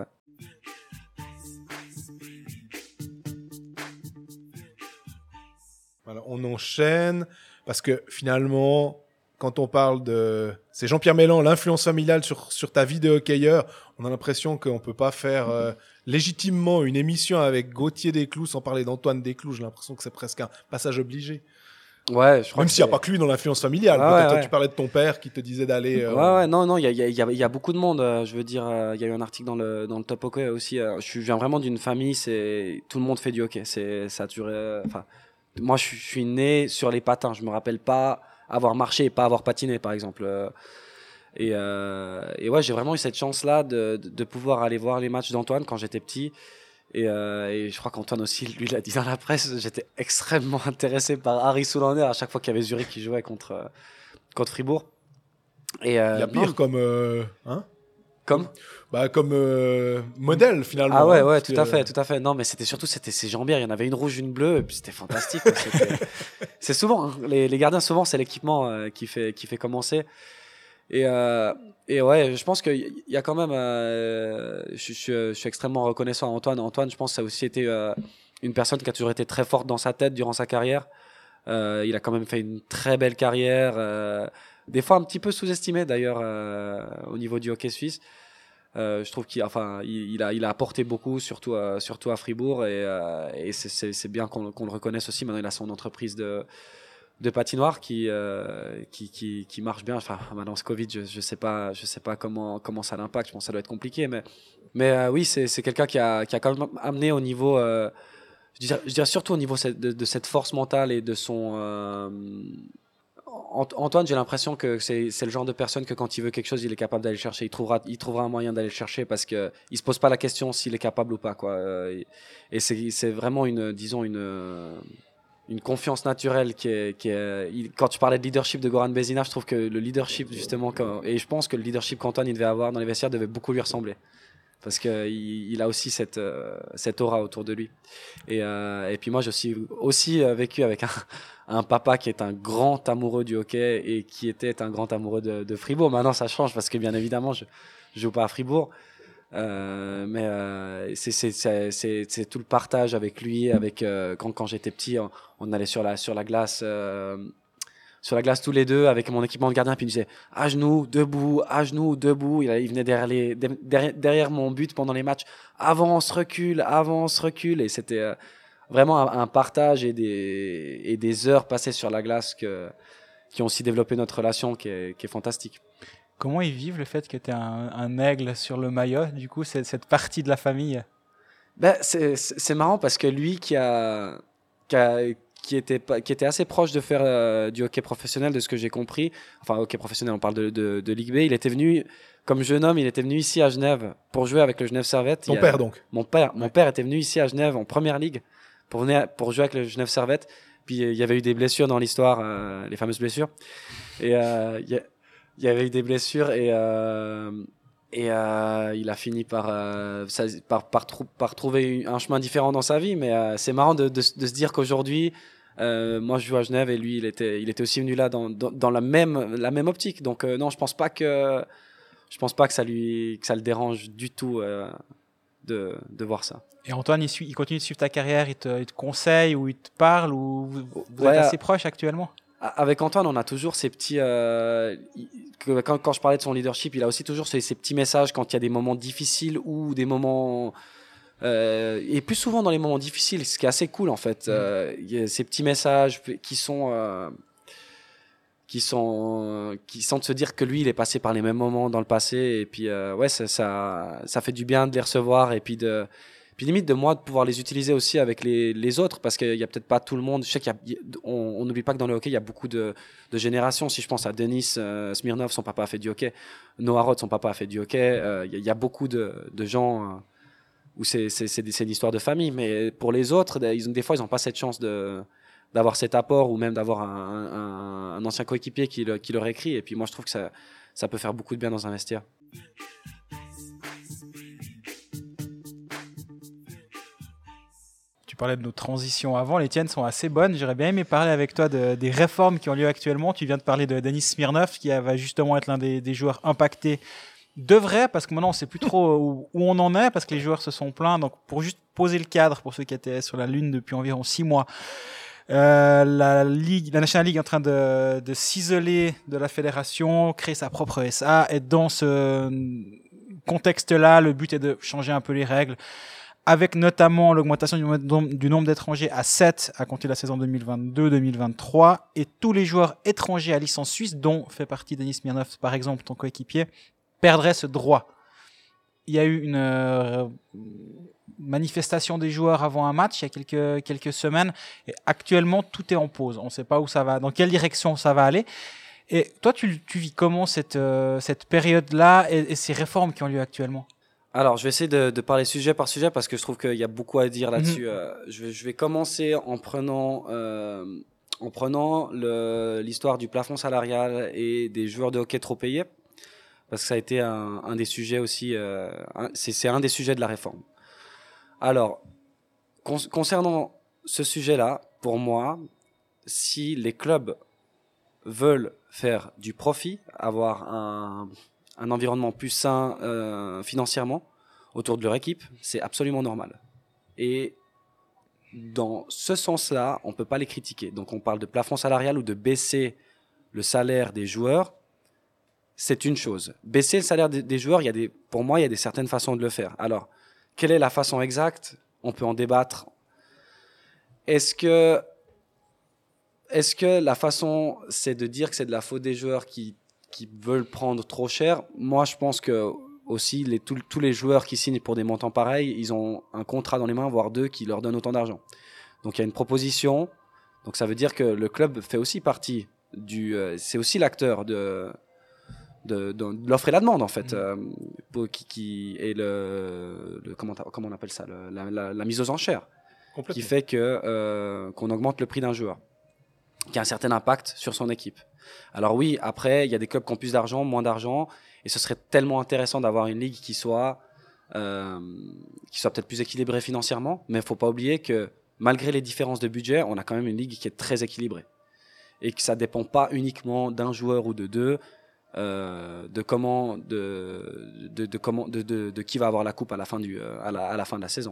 Voilà, on enchaîne, parce que finalement, quand on parle de... C'est Jean-Pierre Mélan, l'influence familiale sur, sur ta vie de hockeyeur, on a l'impression qu'on ne peut pas faire euh, légitimement une émission avec Gauthier Desclous sans parler d'Antoine Desclous. J'ai l'impression que c'est presque un passage obligé. Ouais, je crois Même que s'il n'y a c'est... pas que lui dans l'influence familiale. Ah, Peut-être ouais, toi, ouais. tu parlais de ton père qui te disait d'aller... Euh, Ouais, ouais, non, non, il y a, y, a, y a beaucoup de monde. Euh, je veux dire, il euh, y a eu un article dans le, dans le Top Hockey aussi. Euh, je, suis, je viens vraiment d'une famille, c'est... tout le monde fait du hockey. C'est, ça a duré... Enfin, moi, je, je suis né sur les patins. Je me rappelle pas avoir marché et pas avoir patiné, par exemple. Euh, et, euh, et ouais, j'ai vraiment eu cette chance-là de, de, de pouvoir aller voir les matchs d'Antoine quand j'étais petit. Et, euh, et je crois qu'Antoine aussi, lui, l'a dit dans la presse, j'étais extrêmement intéressé par Harry Soulander à chaque fois qu'il y avait Zurich qui jouait contre, euh, contre Fribourg. Et euh, il y a pire non, comme... Euh, hein comme bah, comme euh, modèle, finalement. Ah ouais, hein, ouais, parce tout que... à fait, tout à fait. Non, mais c'était surtout, c'était ces jambières. Il y en avait une rouge, une bleue, et puis c'était fantastique. Quoi. C'était... c'est souvent, hein, les, les gardiens, souvent, c'est l'équipement euh, qui, fait, qui fait commencer. Et, euh, et ouais, je pense qu'il y a quand même. Euh, je, je, je suis extrêmement reconnaissant à Antoine. Antoine, je pense que ça a aussi été euh, une personne qui a toujours été très forte dans sa tête durant sa carrière. Euh, il a quand même fait une très belle carrière. Euh, des fois un petit peu sous-estimé d'ailleurs euh, au niveau du hockey suisse. Euh, je trouve qu'il enfin, il, il, a, il a apporté beaucoup, surtout à, surtout à Fribourg. Et, euh, et c'est, c'est, c'est bien qu'on, qu'on le reconnaisse aussi. Maintenant, il a son entreprise de. de patinoire qui, euh, qui, qui, qui marche bien. Enfin, maintenant, ce Covid, je ne sais pas, je sais pas comment, comment ça l'impacte. Je pense que ça doit être compliqué. Mais, mais euh, oui, c'est, c'est quelqu'un qui a, qui a quand même amené au niveau, euh, je, dirais, je dirais surtout au niveau de, de cette force mentale et de son. Euh, Antoine, j'ai l'impression que c'est, c'est le genre de personne que quand il veut quelque chose, il est capable d'aller le chercher. Il trouvera, il trouvera un moyen d'aller le chercher parce qu'il ne se pose pas la question s'il est capable ou pas, quoi. Et, et c'est, c'est vraiment une, disons, une. une confiance naturelle qui est, qui est il, quand tu parlais de leadership de Goran Bézina, je trouve que le leadership justement quand, et je pense que le leadership qu'Antoine il devait avoir dans les vestiaires devait beaucoup lui ressembler parce que il, il a aussi cette euh, cette aura autour de lui et euh, et puis moi j'ai aussi aussi euh, vécu avec un un papa qui est un grand amoureux du hockey et qui était un grand amoureux de, de Fribourg. Maintenant ça change parce que bien évidemment je je joue pas à Fribourg. Euh, mais euh, c'est, c'est, c'est, c'est, c'est tout le partage avec lui, avec euh, quand, quand j'étais petit, on, on allait sur la, sur la glace, euh, sur la glace tous les deux avec mon équipement de gardien, puis il disait à genoux, debout, à genoux, debout. Il, il venait derrière, les, derrière, derrière mon but pendant les matchs, avance, recule, avance, recule, et c'était euh, vraiment un, un partage et des, et des heures passées sur la glace que, qui ont aussi développé notre relation, qui est, qui est fantastique. Comment ils vivent le fait que tu aies un, un aigle sur le maillot, du coup, c'est cette partie de la famille? Ben, c'est, c'est, c'est marrant parce que lui qui, a, qui, a, qui, était, qui était assez proche de faire euh, du hockey professionnel, de ce que j'ai compris, enfin hockey professionnel, on parle de, de, de Ligue B, il était venu, comme jeune homme, il était venu ici à Genève pour jouer avec le Genève Servette. Ton père donc? Mon père, mon père était venu ici à Genève en première ligue pour, venir, pour jouer avec le Genève Servette. Puis il y avait eu des blessures dans l'histoire, euh, les fameuses blessures. Et euh, il y a, il y avait eu des blessures et, euh, et euh, il a fini par, euh, ça, par, par, trou- par trouver un chemin différent dans sa vie. Mais euh, c'est marrant de, de, de se dire qu'aujourd'hui, euh, moi je joue à Genève et lui il était, il était aussi venu là dans, dans, dans la, même, la même optique. Donc euh, non, je pense pas que, je pense pas que, ça, lui, que ça le dérange du tout euh, de, de voir ça. Et Antoine, il, suit, il continue de suivre ta carrière, il te, il te conseille ou il te parle ou vous, vous Ouais, êtes assez proches actuellement? Avec Antoine, on a toujours ces petits. Euh, quand, quand je parlais de son leadership, il a aussi toujours ces, ces petits messages quand il y a des moments difficiles ou des moments. Euh, et plus souvent dans les moments difficiles, ce qui est assez cool en fait. Mmh. Euh, il y a ces petits messages qui sont. Euh, qui sont qui sentent se dire que lui il est passé par les mêmes moments dans le passé et puis euh, ouais ça, ça ça fait du bien de les recevoir et puis de puis limite de moi de pouvoir les utiliser aussi avec les, les autres parce qu'il y a peut-être pas tout le monde. Je sais qu'il y a, on n'oublie pas que dans le hockey il y a beaucoup de, de générations. Si je pense à Denis euh, Smirnov, son papa a fait du hockey, Noah Roth, son papa a fait du hockey. Euh, il, y a, il y a beaucoup de, de gens euh, où c'est, c'est, c'est, c'est une histoire de famille, mais pour les autres ils ont, des fois ils n'ont pas cette chance de d'avoir cet apport ou même d'avoir un, un, un ancien coéquipier qui, le, qui leur écrit. Et puis moi je trouve que ça, ça peut faire beaucoup de bien dans un vestiaire. Tu parlais de nos transitions avant, les tiennes sont assez bonnes. J'aurais bien aimé parler avec toi de, des réformes qui ont lieu actuellement. Tu viens de parler de Denis Smirnov, qui va justement être l'un des, des joueurs impactés de vrai, parce que maintenant on ne sait plus trop où, où on en est, parce que les joueurs se sont plaints. Donc pour juste poser le cadre, pour ceux qui étaient sur la Lune depuis environ six mois, euh, la, Ligue, la National League est en train de, de s'isoler de la fédération, créer sa propre S A, et dans ce contexte-là, le but est de changer un peu les règles, avec notamment l'augmentation du, du nombre d'étrangers à sept à compter de la saison deux mille vingt-deux deux mille vingt-trois, et tous les joueurs étrangers à licence suisse, dont fait partie Denis Smirnov, par exemple, ton coéquipier, perdraient ce droit. Il y a eu une euh, manifestation des joueurs avant un match il y a quelques, quelques semaines, et actuellement tout est en pause. On ne sait pas où ça va, dans quelle direction ça va aller. Et toi, tu, tu vis comment cette, euh, cette période-là et, et ces réformes qui ont lieu actuellement? Alors, je vais essayer de, de parler sujet par sujet parce que je trouve qu'il y a beaucoup à dire là-dessus. Mmh. Euh, je, vais, je vais commencer en prenant, euh, en prenant le, l'histoire du plafond salarial et des joueurs de hockey trop payés, parce que ça a été un, un des sujets aussi, euh, un, c'est, c'est un des sujets de la réforme. Alors, con- concernant ce sujet-là, pour moi, si les clubs veulent faire du profit, avoir un, un environnement plus sain euh, financièrement autour de leur équipe, c'est absolument normal. Et dans ce sens-là, on ne peut pas les critiquer. Donc on parle de plafond salarial ou de baisser le salaire des joueurs, c'est une chose. Baisser le salaire des, des joueurs, il y a des, pour moi, il y a des certaines façons de le faire. Alors, quelle est la façon exacte ? On peut en débattre. Est-ce que, est-ce que la façon, c'est de dire que c'est de la faute des joueurs qui, qui veulent prendre trop cher ? Moi, je pense que aussi, les, tous, tous les joueurs qui signent pour des montants pareils, ils ont un contrat dans les mains, voire deux, qui leur donnent autant d'argent. Donc, il y a une proposition. Donc, ça veut dire que le club fait aussi partie du... Euh, c'est aussi l'acteur de, de, de, de l'offre et la demande, en fait, mmh. euh, pour, qui, qui est le... le comment, comment on appelle ça le, la, la, la mise aux enchères, qui fait que, euh, qu'on augmente le prix d'un joueur, qui a un certain impact sur son équipe. Alors oui, après, il y a des clubs qui ont plus d'argent, moins d'argent, et ce serait tellement intéressant d'avoir une ligue qui soit, euh, qui soit peut-être plus équilibrée financièrement, mais il ne faut pas oublier que malgré les différences de budget, on a quand même une ligue qui est très équilibrée. Et que ça ne dépend pas uniquement d'un joueur ou de deux, euh, de, comment, de, de, de, comment, de, de, de qui va avoir la coupe à la fin, du, à la, à la, fin de la saison.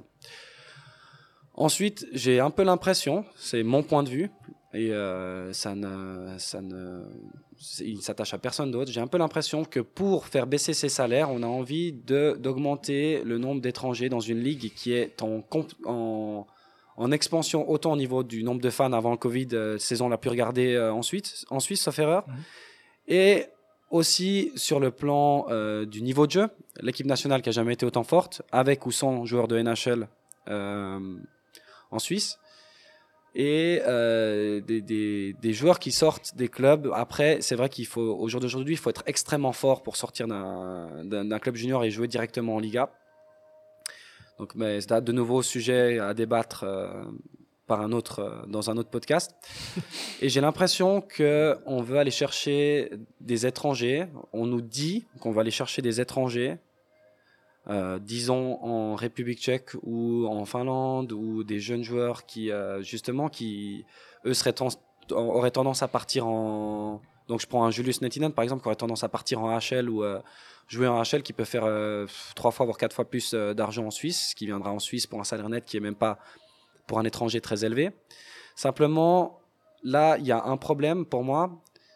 Ensuite, j'ai un peu l'impression, c'est mon point de vue, et euh, ça ne, ça ne, il ne s'attache à personne d'autre. J'ai un peu l'impression que pour faire baisser ces salaires, on a envie de, d'augmenter le nombre d'étrangers dans une ligue qui est en, en, en expansion autant au niveau du nombre de fans avant le Covid, euh, saison la plus regardée euh, en, Suisse, en Suisse, sauf erreur, mmh. et aussi sur le plan euh, du niveau de jeu, l'équipe nationale qui n'a jamais été autant forte, avec ou sans joueurs de N H L euh, en Suisse, et euh, des, des, des joueurs qui sortent des clubs. Après, c'est vrai qu'il faut, au jour d'aujourd'hui, il faut être extrêmement fort pour sortir d'un, d'un, d'un club junior et jouer directement en Liga. Donc, mais c'est de nouveaux sujets à débattre euh, par un autre, euh, dans un autre podcast. Et j'ai l'impression qu'on veut aller chercher des étrangers. On nous dit qu'on va aller chercher des étrangers, Euh, disons en République tchèque ou en Finlande, ou des jeunes joueurs qui euh, justement qui eux seraient ten- auraient tendance à partir en, donc je prends un Julius Nettinen par exemple qui aurait tendance à partir en H L ou euh, jouer en H L, qui peut faire euh, trois fois voire quatre fois plus euh, d'argent en Suisse, qui viendra en Suisse pour un salaire net qui est même pas pour un étranger très élevé. Simplement là il y a un problème pour moi,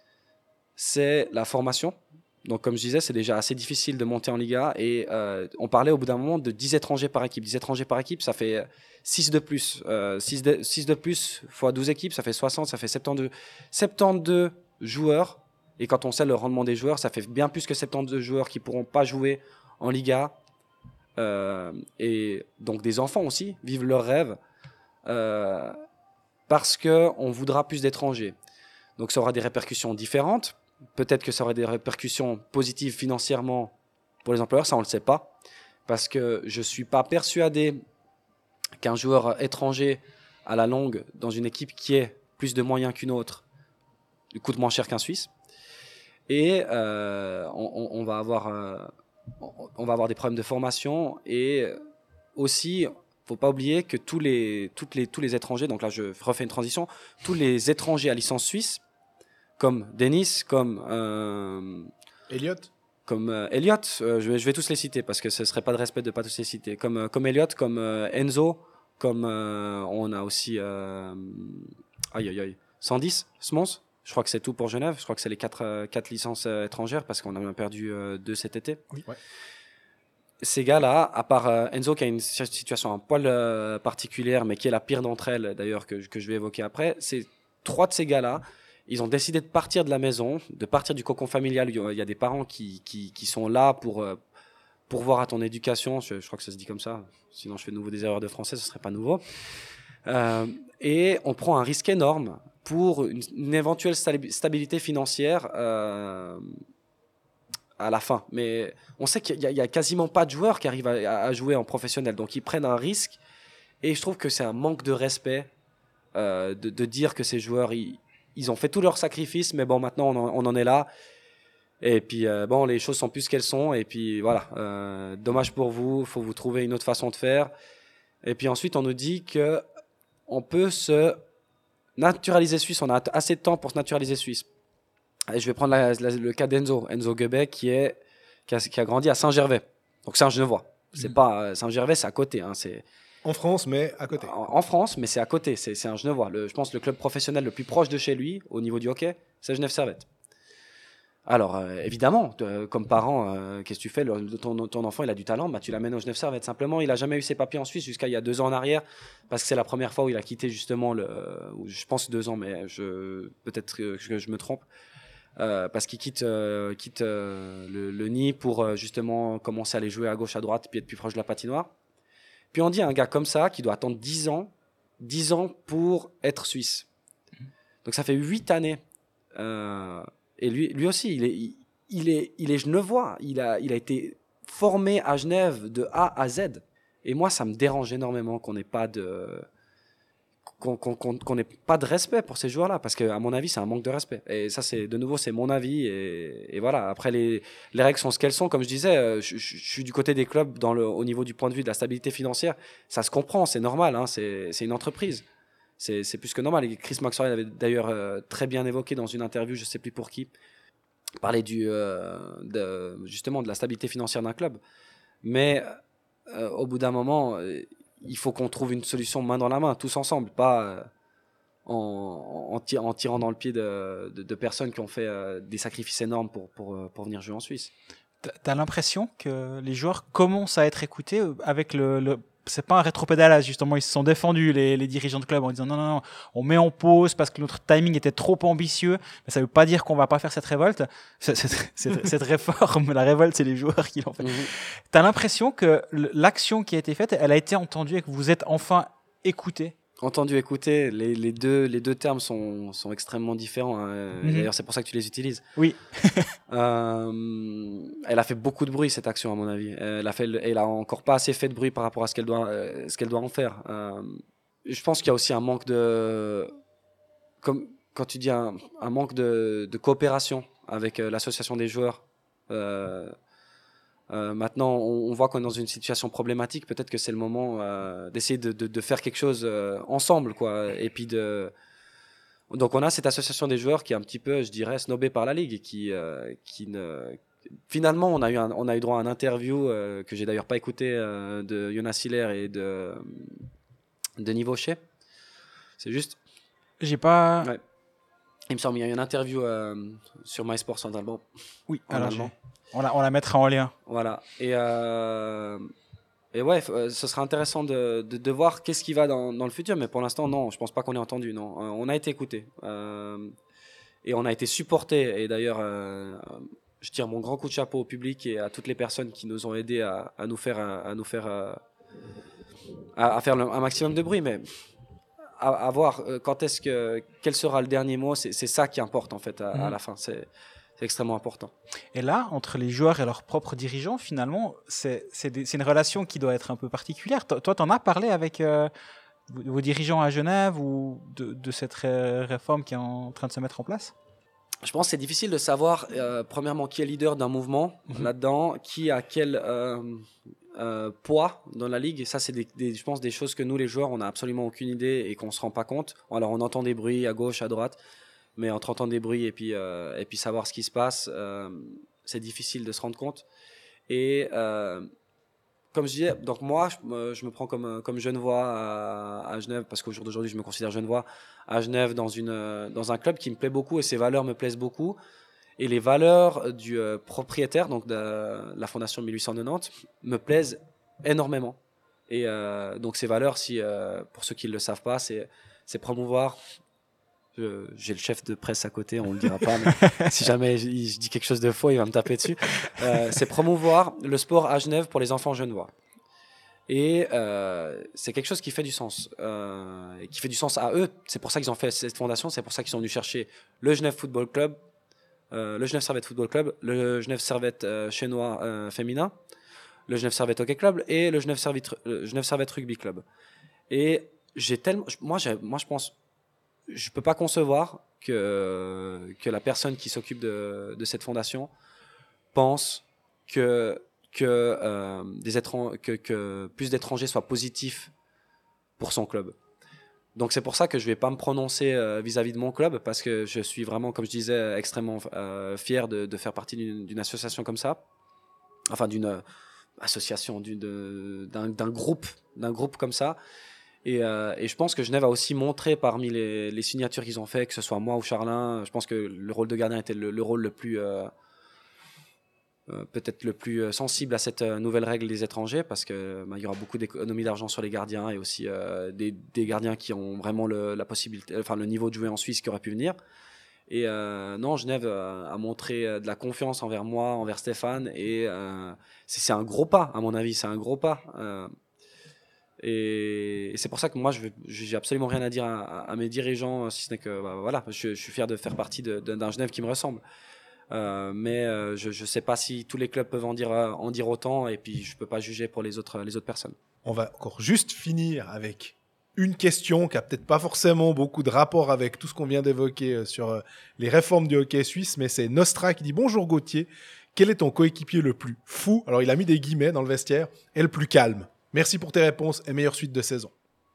c'est la formation. Donc, comme je disais, c'est déjà assez difficile de monter en Liga. Et euh, on parlait au bout d'un moment de dix étrangers par équipe. dix étrangers par équipe, ça fait six de plus. Euh, six, de, six de plus fois douze équipes, ça fait soixante, ça fait soixante-douze. soixante-douze joueurs. Et quand on sait le rendement des joueurs, ça fait bien plus que soixante-douze joueurs qui ne pourront pas jouer en Liga. Euh, et donc, des enfants aussi vivent leur rêve euh, parce qu'on voudra plus d'étrangers. Donc, ça aura des répercussions différentes. Peut-être que ça aurait des répercussions positives financièrement pour les employeurs, ça on ne le sait pas. Parce que je ne suis pas persuadé qu'un joueur étranger à la longue, dans une équipe qui ait plus de moyens qu'une autre, coûte moins cher qu'un Suisse. Et euh, on, on, va avoir, euh, on va avoir des problèmes de formation. Et aussi, il ne faut pas oublier que tous les, toutes les, tous les étrangers, donc là je refais une transition, tous les étrangers à licence suisse, comme Denis, comme euh, Elliott, comme euh, Elliott, euh, je, vais, je vais tous les citer parce que ce serait pas de respect de pas tous les citer. Comme euh, comme Elliott, comme euh, Enzo, comme euh, on a aussi euh, aïe aïe aïe cent dix Smons. Je crois que c'est tout pour Genève. Je crois que c'est les quatre euh, quatre licences euh, étrangères parce qu'on a même perdu euh, deux cet été. Oui. Ouais. Ces gars-là, à part euh, Enzo qui a une situation un poil euh, particulière, mais qui est la pire d'entre elles d'ailleurs que que je vais évoquer après, c'est trois de ces gars-là. Ils ont décidé de partir de la maison, de partir du cocon familial. Il y a des parents qui, qui, qui sont là pour, pour voir à ton éducation. Je, je crois que ça se dit comme ça. Sinon, je fais de nouveau des erreurs de français, ce ne serait pas nouveau. Euh, et on prend un risque énorme pour une, une éventuelle stabilité financière euh, à la fin. Mais on sait qu'il n'y a, a quasiment pas de joueurs qui arrivent à, à jouer en professionnel. Donc, ils prennent un risque. Et je trouve que c'est un manque de respect euh, de, de dire que ces joueurs... Ils, Ils ont fait tous leurs sacrifices, mais bon, maintenant, on en, on en est là. Et puis, euh, bon, les choses sont plus ce qu'elles sont. Et puis, voilà, euh, dommage pour vous. Il faut vous trouver une autre façon de faire. Et puis ensuite, on nous dit qu'on peut se naturaliser suisse. On a assez de temps pour se naturaliser suisse. Et je vais prendre la, la, le cas d'Enzo, Enzo Guebet, qui, est, qui, a, qui a grandi à Saint-Gervais. Donc c'est un Genevois. C'est mmh. pas, Saint-Gervais, c'est à côté. Hein, c'est en France, mais à côté. En, en France, mais c'est à côté. C'est, c'est un Genevois. Le, je pense que le club professionnel le plus proche de chez lui, au niveau du hockey, c'est Genève Servette. Alors, euh, évidemment, euh, comme parent, euh, qu'est-ce que tu fais le, ton, ton enfant, il a du talent, bah, tu l'amènes au Genève Servette. Simplement, il n'a jamais eu ses papiers en Suisse jusqu'à il y a deux ans en arrière, parce que c'est la première fois où il a quitté justement, le, euh, je pense deux ans, mais je, peut-être que je, je me trompe, euh, parce qu'il quitte, euh, quitte euh, le, le nid pour euh, justement commencer à aller jouer à gauche, à droite, puis être plus proche de la patinoire. Puis on dit à un gars comme ça, qui doit attendre dix ans, dix ans pour être suisse. Donc ça fait huit années. Euh, Et lui, lui aussi, il est, il, il est, il est genevois. Il a, il a été formé à Genève de A à Z. Et moi, ça me dérange énormément qu'on n'ait pas de, qu'on, qu'on, qu'on, qu'on n'ait pas de respect pour ces joueurs-là, parce qu'à mon avis, c'est un manque de respect. Et ça, c'est de nouveau, c'est mon avis. Et, et voilà. Après, les, les règles sont ce qu'elles sont. Comme je disais, je, je, je suis du côté des clubs dans le, au niveau du point de vue de la stabilité financière. Ça se comprend, c'est normal. Hein, c'est, c'est une entreprise. C'est, c'est plus que normal. Et Chris Maxwell avait d'ailleurs euh, très bien évoqué dans une interview, je ne sais plus pour qui, parler du, euh, de, justement de la stabilité financière d'un club. Mais euh, au bout d'un moment, euh, il faut qu'on trouve une solution main dans la main, tous ensemble, pas euh, en, en, tir, en tirant dans le pied de, de, de personnes qui ont fait euh, des sacrifices énormes pour, pour, pour venir jouer en Suisse. T'as l'impression que les joueurs commencent à être écoutés avec le... le... C'est pas un rétropédalage, justement, ils se sont défendus, les, les dirigeants de club, en disant non, non, non, on met en pause parce que notre timing était trop ambitieux, mais ça veut pas dire qu'on va pas faire cette révolte. Cette, cette, cette, cette réforme, la révolte, c'est les joueurs qui l'ont fait. Mm-hmm. T'as l'impression que l'action qui a été faite, elle a été entendue et que vous êtes enfin écoutés? Entendu, écouter, les, les, deux, les deux termes sont, sont extrêmement différents. Hein. Mm-hmm. D'ailleurs, c'est pour ça que tu les utilises. Oui. euh, elle a fait beaucoup de bruit, cette action, à mon avis. Elle a, fait, elle a encore pas assez fait de bruit par rapport à ce qu'elle doit, euh, ce qu'elle doit en faire. Euh, je pense qu'il y a aussi un manque de... Comme quand tu dis un, un manque de, de coopération avec euh, l'association des joueurs. Euh, Euh, maintenant, on, on voit qu'on est dans une situation problématique. Peut-être que c'est le moment euh, d'essayer de, de, de faire quelque chose euh, ensemble, quoi. Et puis de. Donc, on a cette association des joueurs qui est un petit peu, je dirais, snobée par la ligue et qui, euh, qui ne. Finalement, on a eu, un, on a eu droit à une interview euh, que j'ai d'ailleurs pas écouté euh, de Jonas Hiller et de de Nivochet. C'est juste. J'ai pas. Ouais. Il me semble qu'il y a eu une interview euh, sur MySports en allemand. Oui, en alors allemand. On la, on la mettra en lien. Voilà. Et, euh, et ouais, euh, ce sera intéressant de, de, de voir qu'est-ce qui va dans, dans le futur. Mais pour l'instant, non, je pense pas qu'on ait entendu. Non. Euh, on a été écouté. Euh, et on a été supporté. Et d'ailleurs, euh, je tire mon grand coup de chapeau au public et à toutes les personnes qui nous ont aidés à, à nous faire, à, à, nous faire, à, à faire le, un maximum de bruit. Mais à, à voir quand est-ce que, quel sera le dernier mot, c'est, c'est ça qui importe en fait à, mmh. à la fin. C'est, C'est extrêmement important. Et là, entre les joueurs et leurs propres dirigeants, finalement, c'est, c'est, des, c'est une relation qui doit être un peu particulière. Toi, tu en as parlé avec euh, vos dirigeants à Genève ou de, de cette ré- réforme qui est en train de se mettre en place? Je pense que c'est difficile de savoir, euh, premièrement, qui est leader d'un mouvement mmh. là-dedans, qui a quel euh, euh, poids dans la ligue. Et ça, c'est des, des, je pense des choses que nous, les joueurs, on n'a absolument aucune idée et qu'on ne se rend pas compte. Alors, on entend des bruits à gauche, à droite. Mais entre entendre des bruits et puis, euh, et puis savoir ce qui se passe, euh, c'est difficile de se rendre compte. Et euh, comme je disais, donc moi, je me, je me prends comme, comme Genevois à, à Genève, parce qu'au jour d'aujourd'hui, je me considère Genevois à Genève dans, une, dans un club qui me plaît beaucoup et ses valeurs me plaisent beaucoup. Et les valeurs du euh, propriétaire, donc de, de la Fondation mille huit cent quatre-vingt-dix, me plaisent énormément. Et euh, donc ces valeurs, si, euh, pour ceux qui ne le savent pas, c'est, c'est promouvoir... Je, j'ai le chef de presse à côté, on ne le dira pas, mais si jamais je, je dis quelque chose de faux, il va me taper dessus. Euh, c'est promouvoir le sport à Genève pour les enfants genevois. Et euh, c'est quelque chose qui fait du sens, euh, qui fait du sens à eux. C'est pour ça qu'ils ont fait cette fondation, c'est pour ça qu'ils sont venus chercher le Genève Football Club, euh, le Genève Servette Football Club, le Genève Servette euh, Chenois euh, féminin, le Genève Servette Hockey Club et le Genève Servette, le Genève Servette Rugby Club. Et j'ai tellement, moi, j'ai, moi je pense... Je ne peux pas concevoir que, que la personne qui s'occupe de, de cette fondation pense que, que, euh, des étran- que, que plus d'étrangers soient positifs pour son club. Donc c'est pour ça que je vais pas me prononcer euh, vis-à-vis de mon club, parce que je suis vraiment, comme je disais, extrêmement euh, fier de, de faire partie d'une, d'une association comme ça, enfin d'une euh, association, d'une, de, d'un, d'un groupe, d'un groupe comme ça. Et, euh, et je pense que Genève a aussi montré parmi les, les signatures qu'ils ont fait, que ce soit moi ou Charlin, je pense que le rôle de gardien était le, le rôle le plus euh, Euh, peut-être le plus euh, sensible à cette euh, nouvelle règle des étrangers, parce que bah, il y aura beaucoup d'économies d'argent sur les gardiens, et aussi euh, des, des gardiens qui ont vraiment le, la possibilité, enfin le niveau de jouer en Suisse qui aurait pu venir. Et euh, non, Genève euh, a montré euh, de la confiance envers moi, envers Stéphane, et euh, c'est, c'est un gros pas, à mon avis, c'est un gros pas. Euh, et, et c'est pour ça que moi, je veux, j'ai absolument rien à dire à, à mes dirigeants, si ce n'est que bah, voilà, je, je suis fier de faire partie de, de, d'un Genève qui me ressemble. Euh, mais euh, je ne sais pas si tous les clubs peuvent en dire, euh, en dire autant, et puis je ne peux pas juger pour les autres, les autres personnes. On va encore juste finir avec une question qui n'a peut-être pas forcément beaucoup de rapport avec tout ce qu'on vient d'évoquer sur euh, les réformes du hockey suisse, mais c'est Nostra qui dit « Bonjour Gauthier, quel est ton coéquipier le plus fou ?» Alors il a mis des guillemets dans le vestiaire, « et le plus calme. Merci pour tes réponses et meilleure suite de saison. »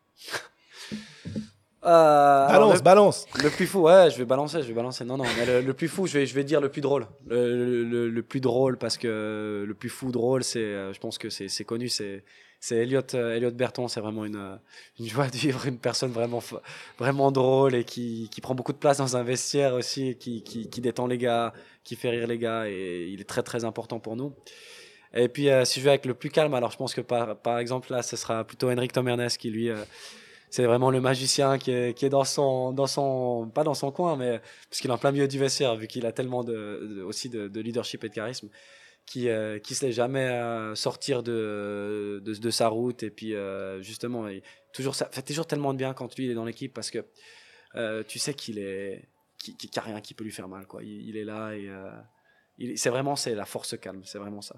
Euh, balance, le, balance. Le plus fou, ouais, je vais balancer, je vais balancer. Non, non, mais le, le plus fou, je vais, je vais dire le plus drôle. Le, le, le plus drôle, parce que le plus fou drôle, c'est, je pense que c'est, c'est connu, c'est, c'est Elliot, Elliot Berton. C'est vraiment une, une joie de vivre, une personne vraiment, vraiment drôle, et qui, qui prend beaucoup de place dans un vestiaire aussi, et qui, qui, qui détend les gars, qui fait rire les gars, et il est très, très important pour nous. Et puis, euh, si je vais avec le plus calme, alors je pense que par, par exemple, là, ce sera plutôt Henrik Tomernes qui, lui, euh, c'est vraiment le magicien qui est, qui est dans son, dans son, pas dans son coin, mais parce qu'il est en plein milieu du vestiaire, vu qu'il a tellement de, de, aussi de, de leadership et de charisme, qui, euh, qui se laisse jamais euh, sortir de, de, de sa route. Et puis, euh, justement, il, toujours, ça fait toujours tellement de bien quand lui, il est dans l'équipe, parce que euh, tu sais qu'il est, qu'il, qu'il n'y a rien qui peut lui faire mal, quoi. Il, il est là, et euh, il, c'est vraiment, c'est la force calme, c'est vraiment ça.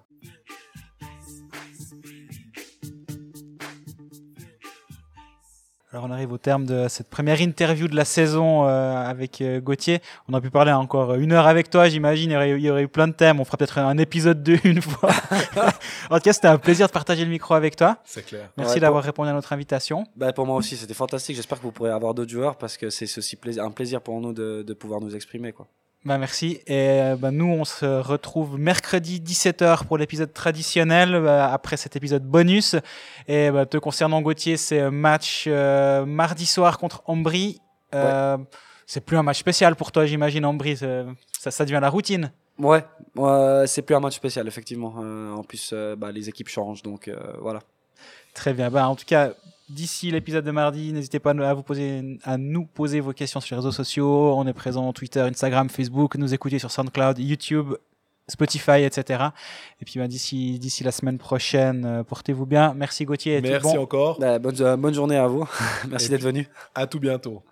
Alors on arrive au terme de cette première interview de la saison euh, avec euh, Gauthier. On a pu parler encore une heure avec toi, j'imagine. Il y, aurait, il y aurait eu plein de thèmes. On fera peut-être un épisode deux une fois. En tout cas, c'était un plaisir de partager le micro avec toi. C'est clair. Merci ouais, d'avoir pour... répondu à notre invitation. Bah, pour moi aussi, c'était fantastique. J'espère que vous pourrez avoir d'autres joueurs, parce que c'est aussi plaisir, un plaisir pour nous de, de pouvoir nous exprimer, quoi. Bah merci. Et bah, nous, on se retrouve mercredi dix-sept heures pour l'épisode traditionnel, bah, après cet épisode bonus. Et bah, te concernant, Gauthier, c'est un match euh, mardi soir contre Ambry. Euh, ouais. C'est plus un match spécial pour toi, j'imagine, Ambry. Ça, ça devient la routine. Ouais, euh, c'est plus un match spécial, effectivement. Euh, en plus, euh, bah, les équipes changent, donc euh, voilà. Très bien. Bah, en tout cas, d'ici l'épisode de mardi, n'hésitez pas à, vous poser, à nous poser vos questions sur les réseaux sociaux. On est présent Twitter, Instagram, Facebook. Nous écouter sur SoundCloud, YouTube, Spotify, et cetera. Et puis bah, d'ici, d'ici la semaine prochaine, euh, portez-vous bien. Merci Gauthier. Merci bon. encore. Bah, bonne, euh, bonne journée à vous. Merci et d'être venu. À tout bientôt.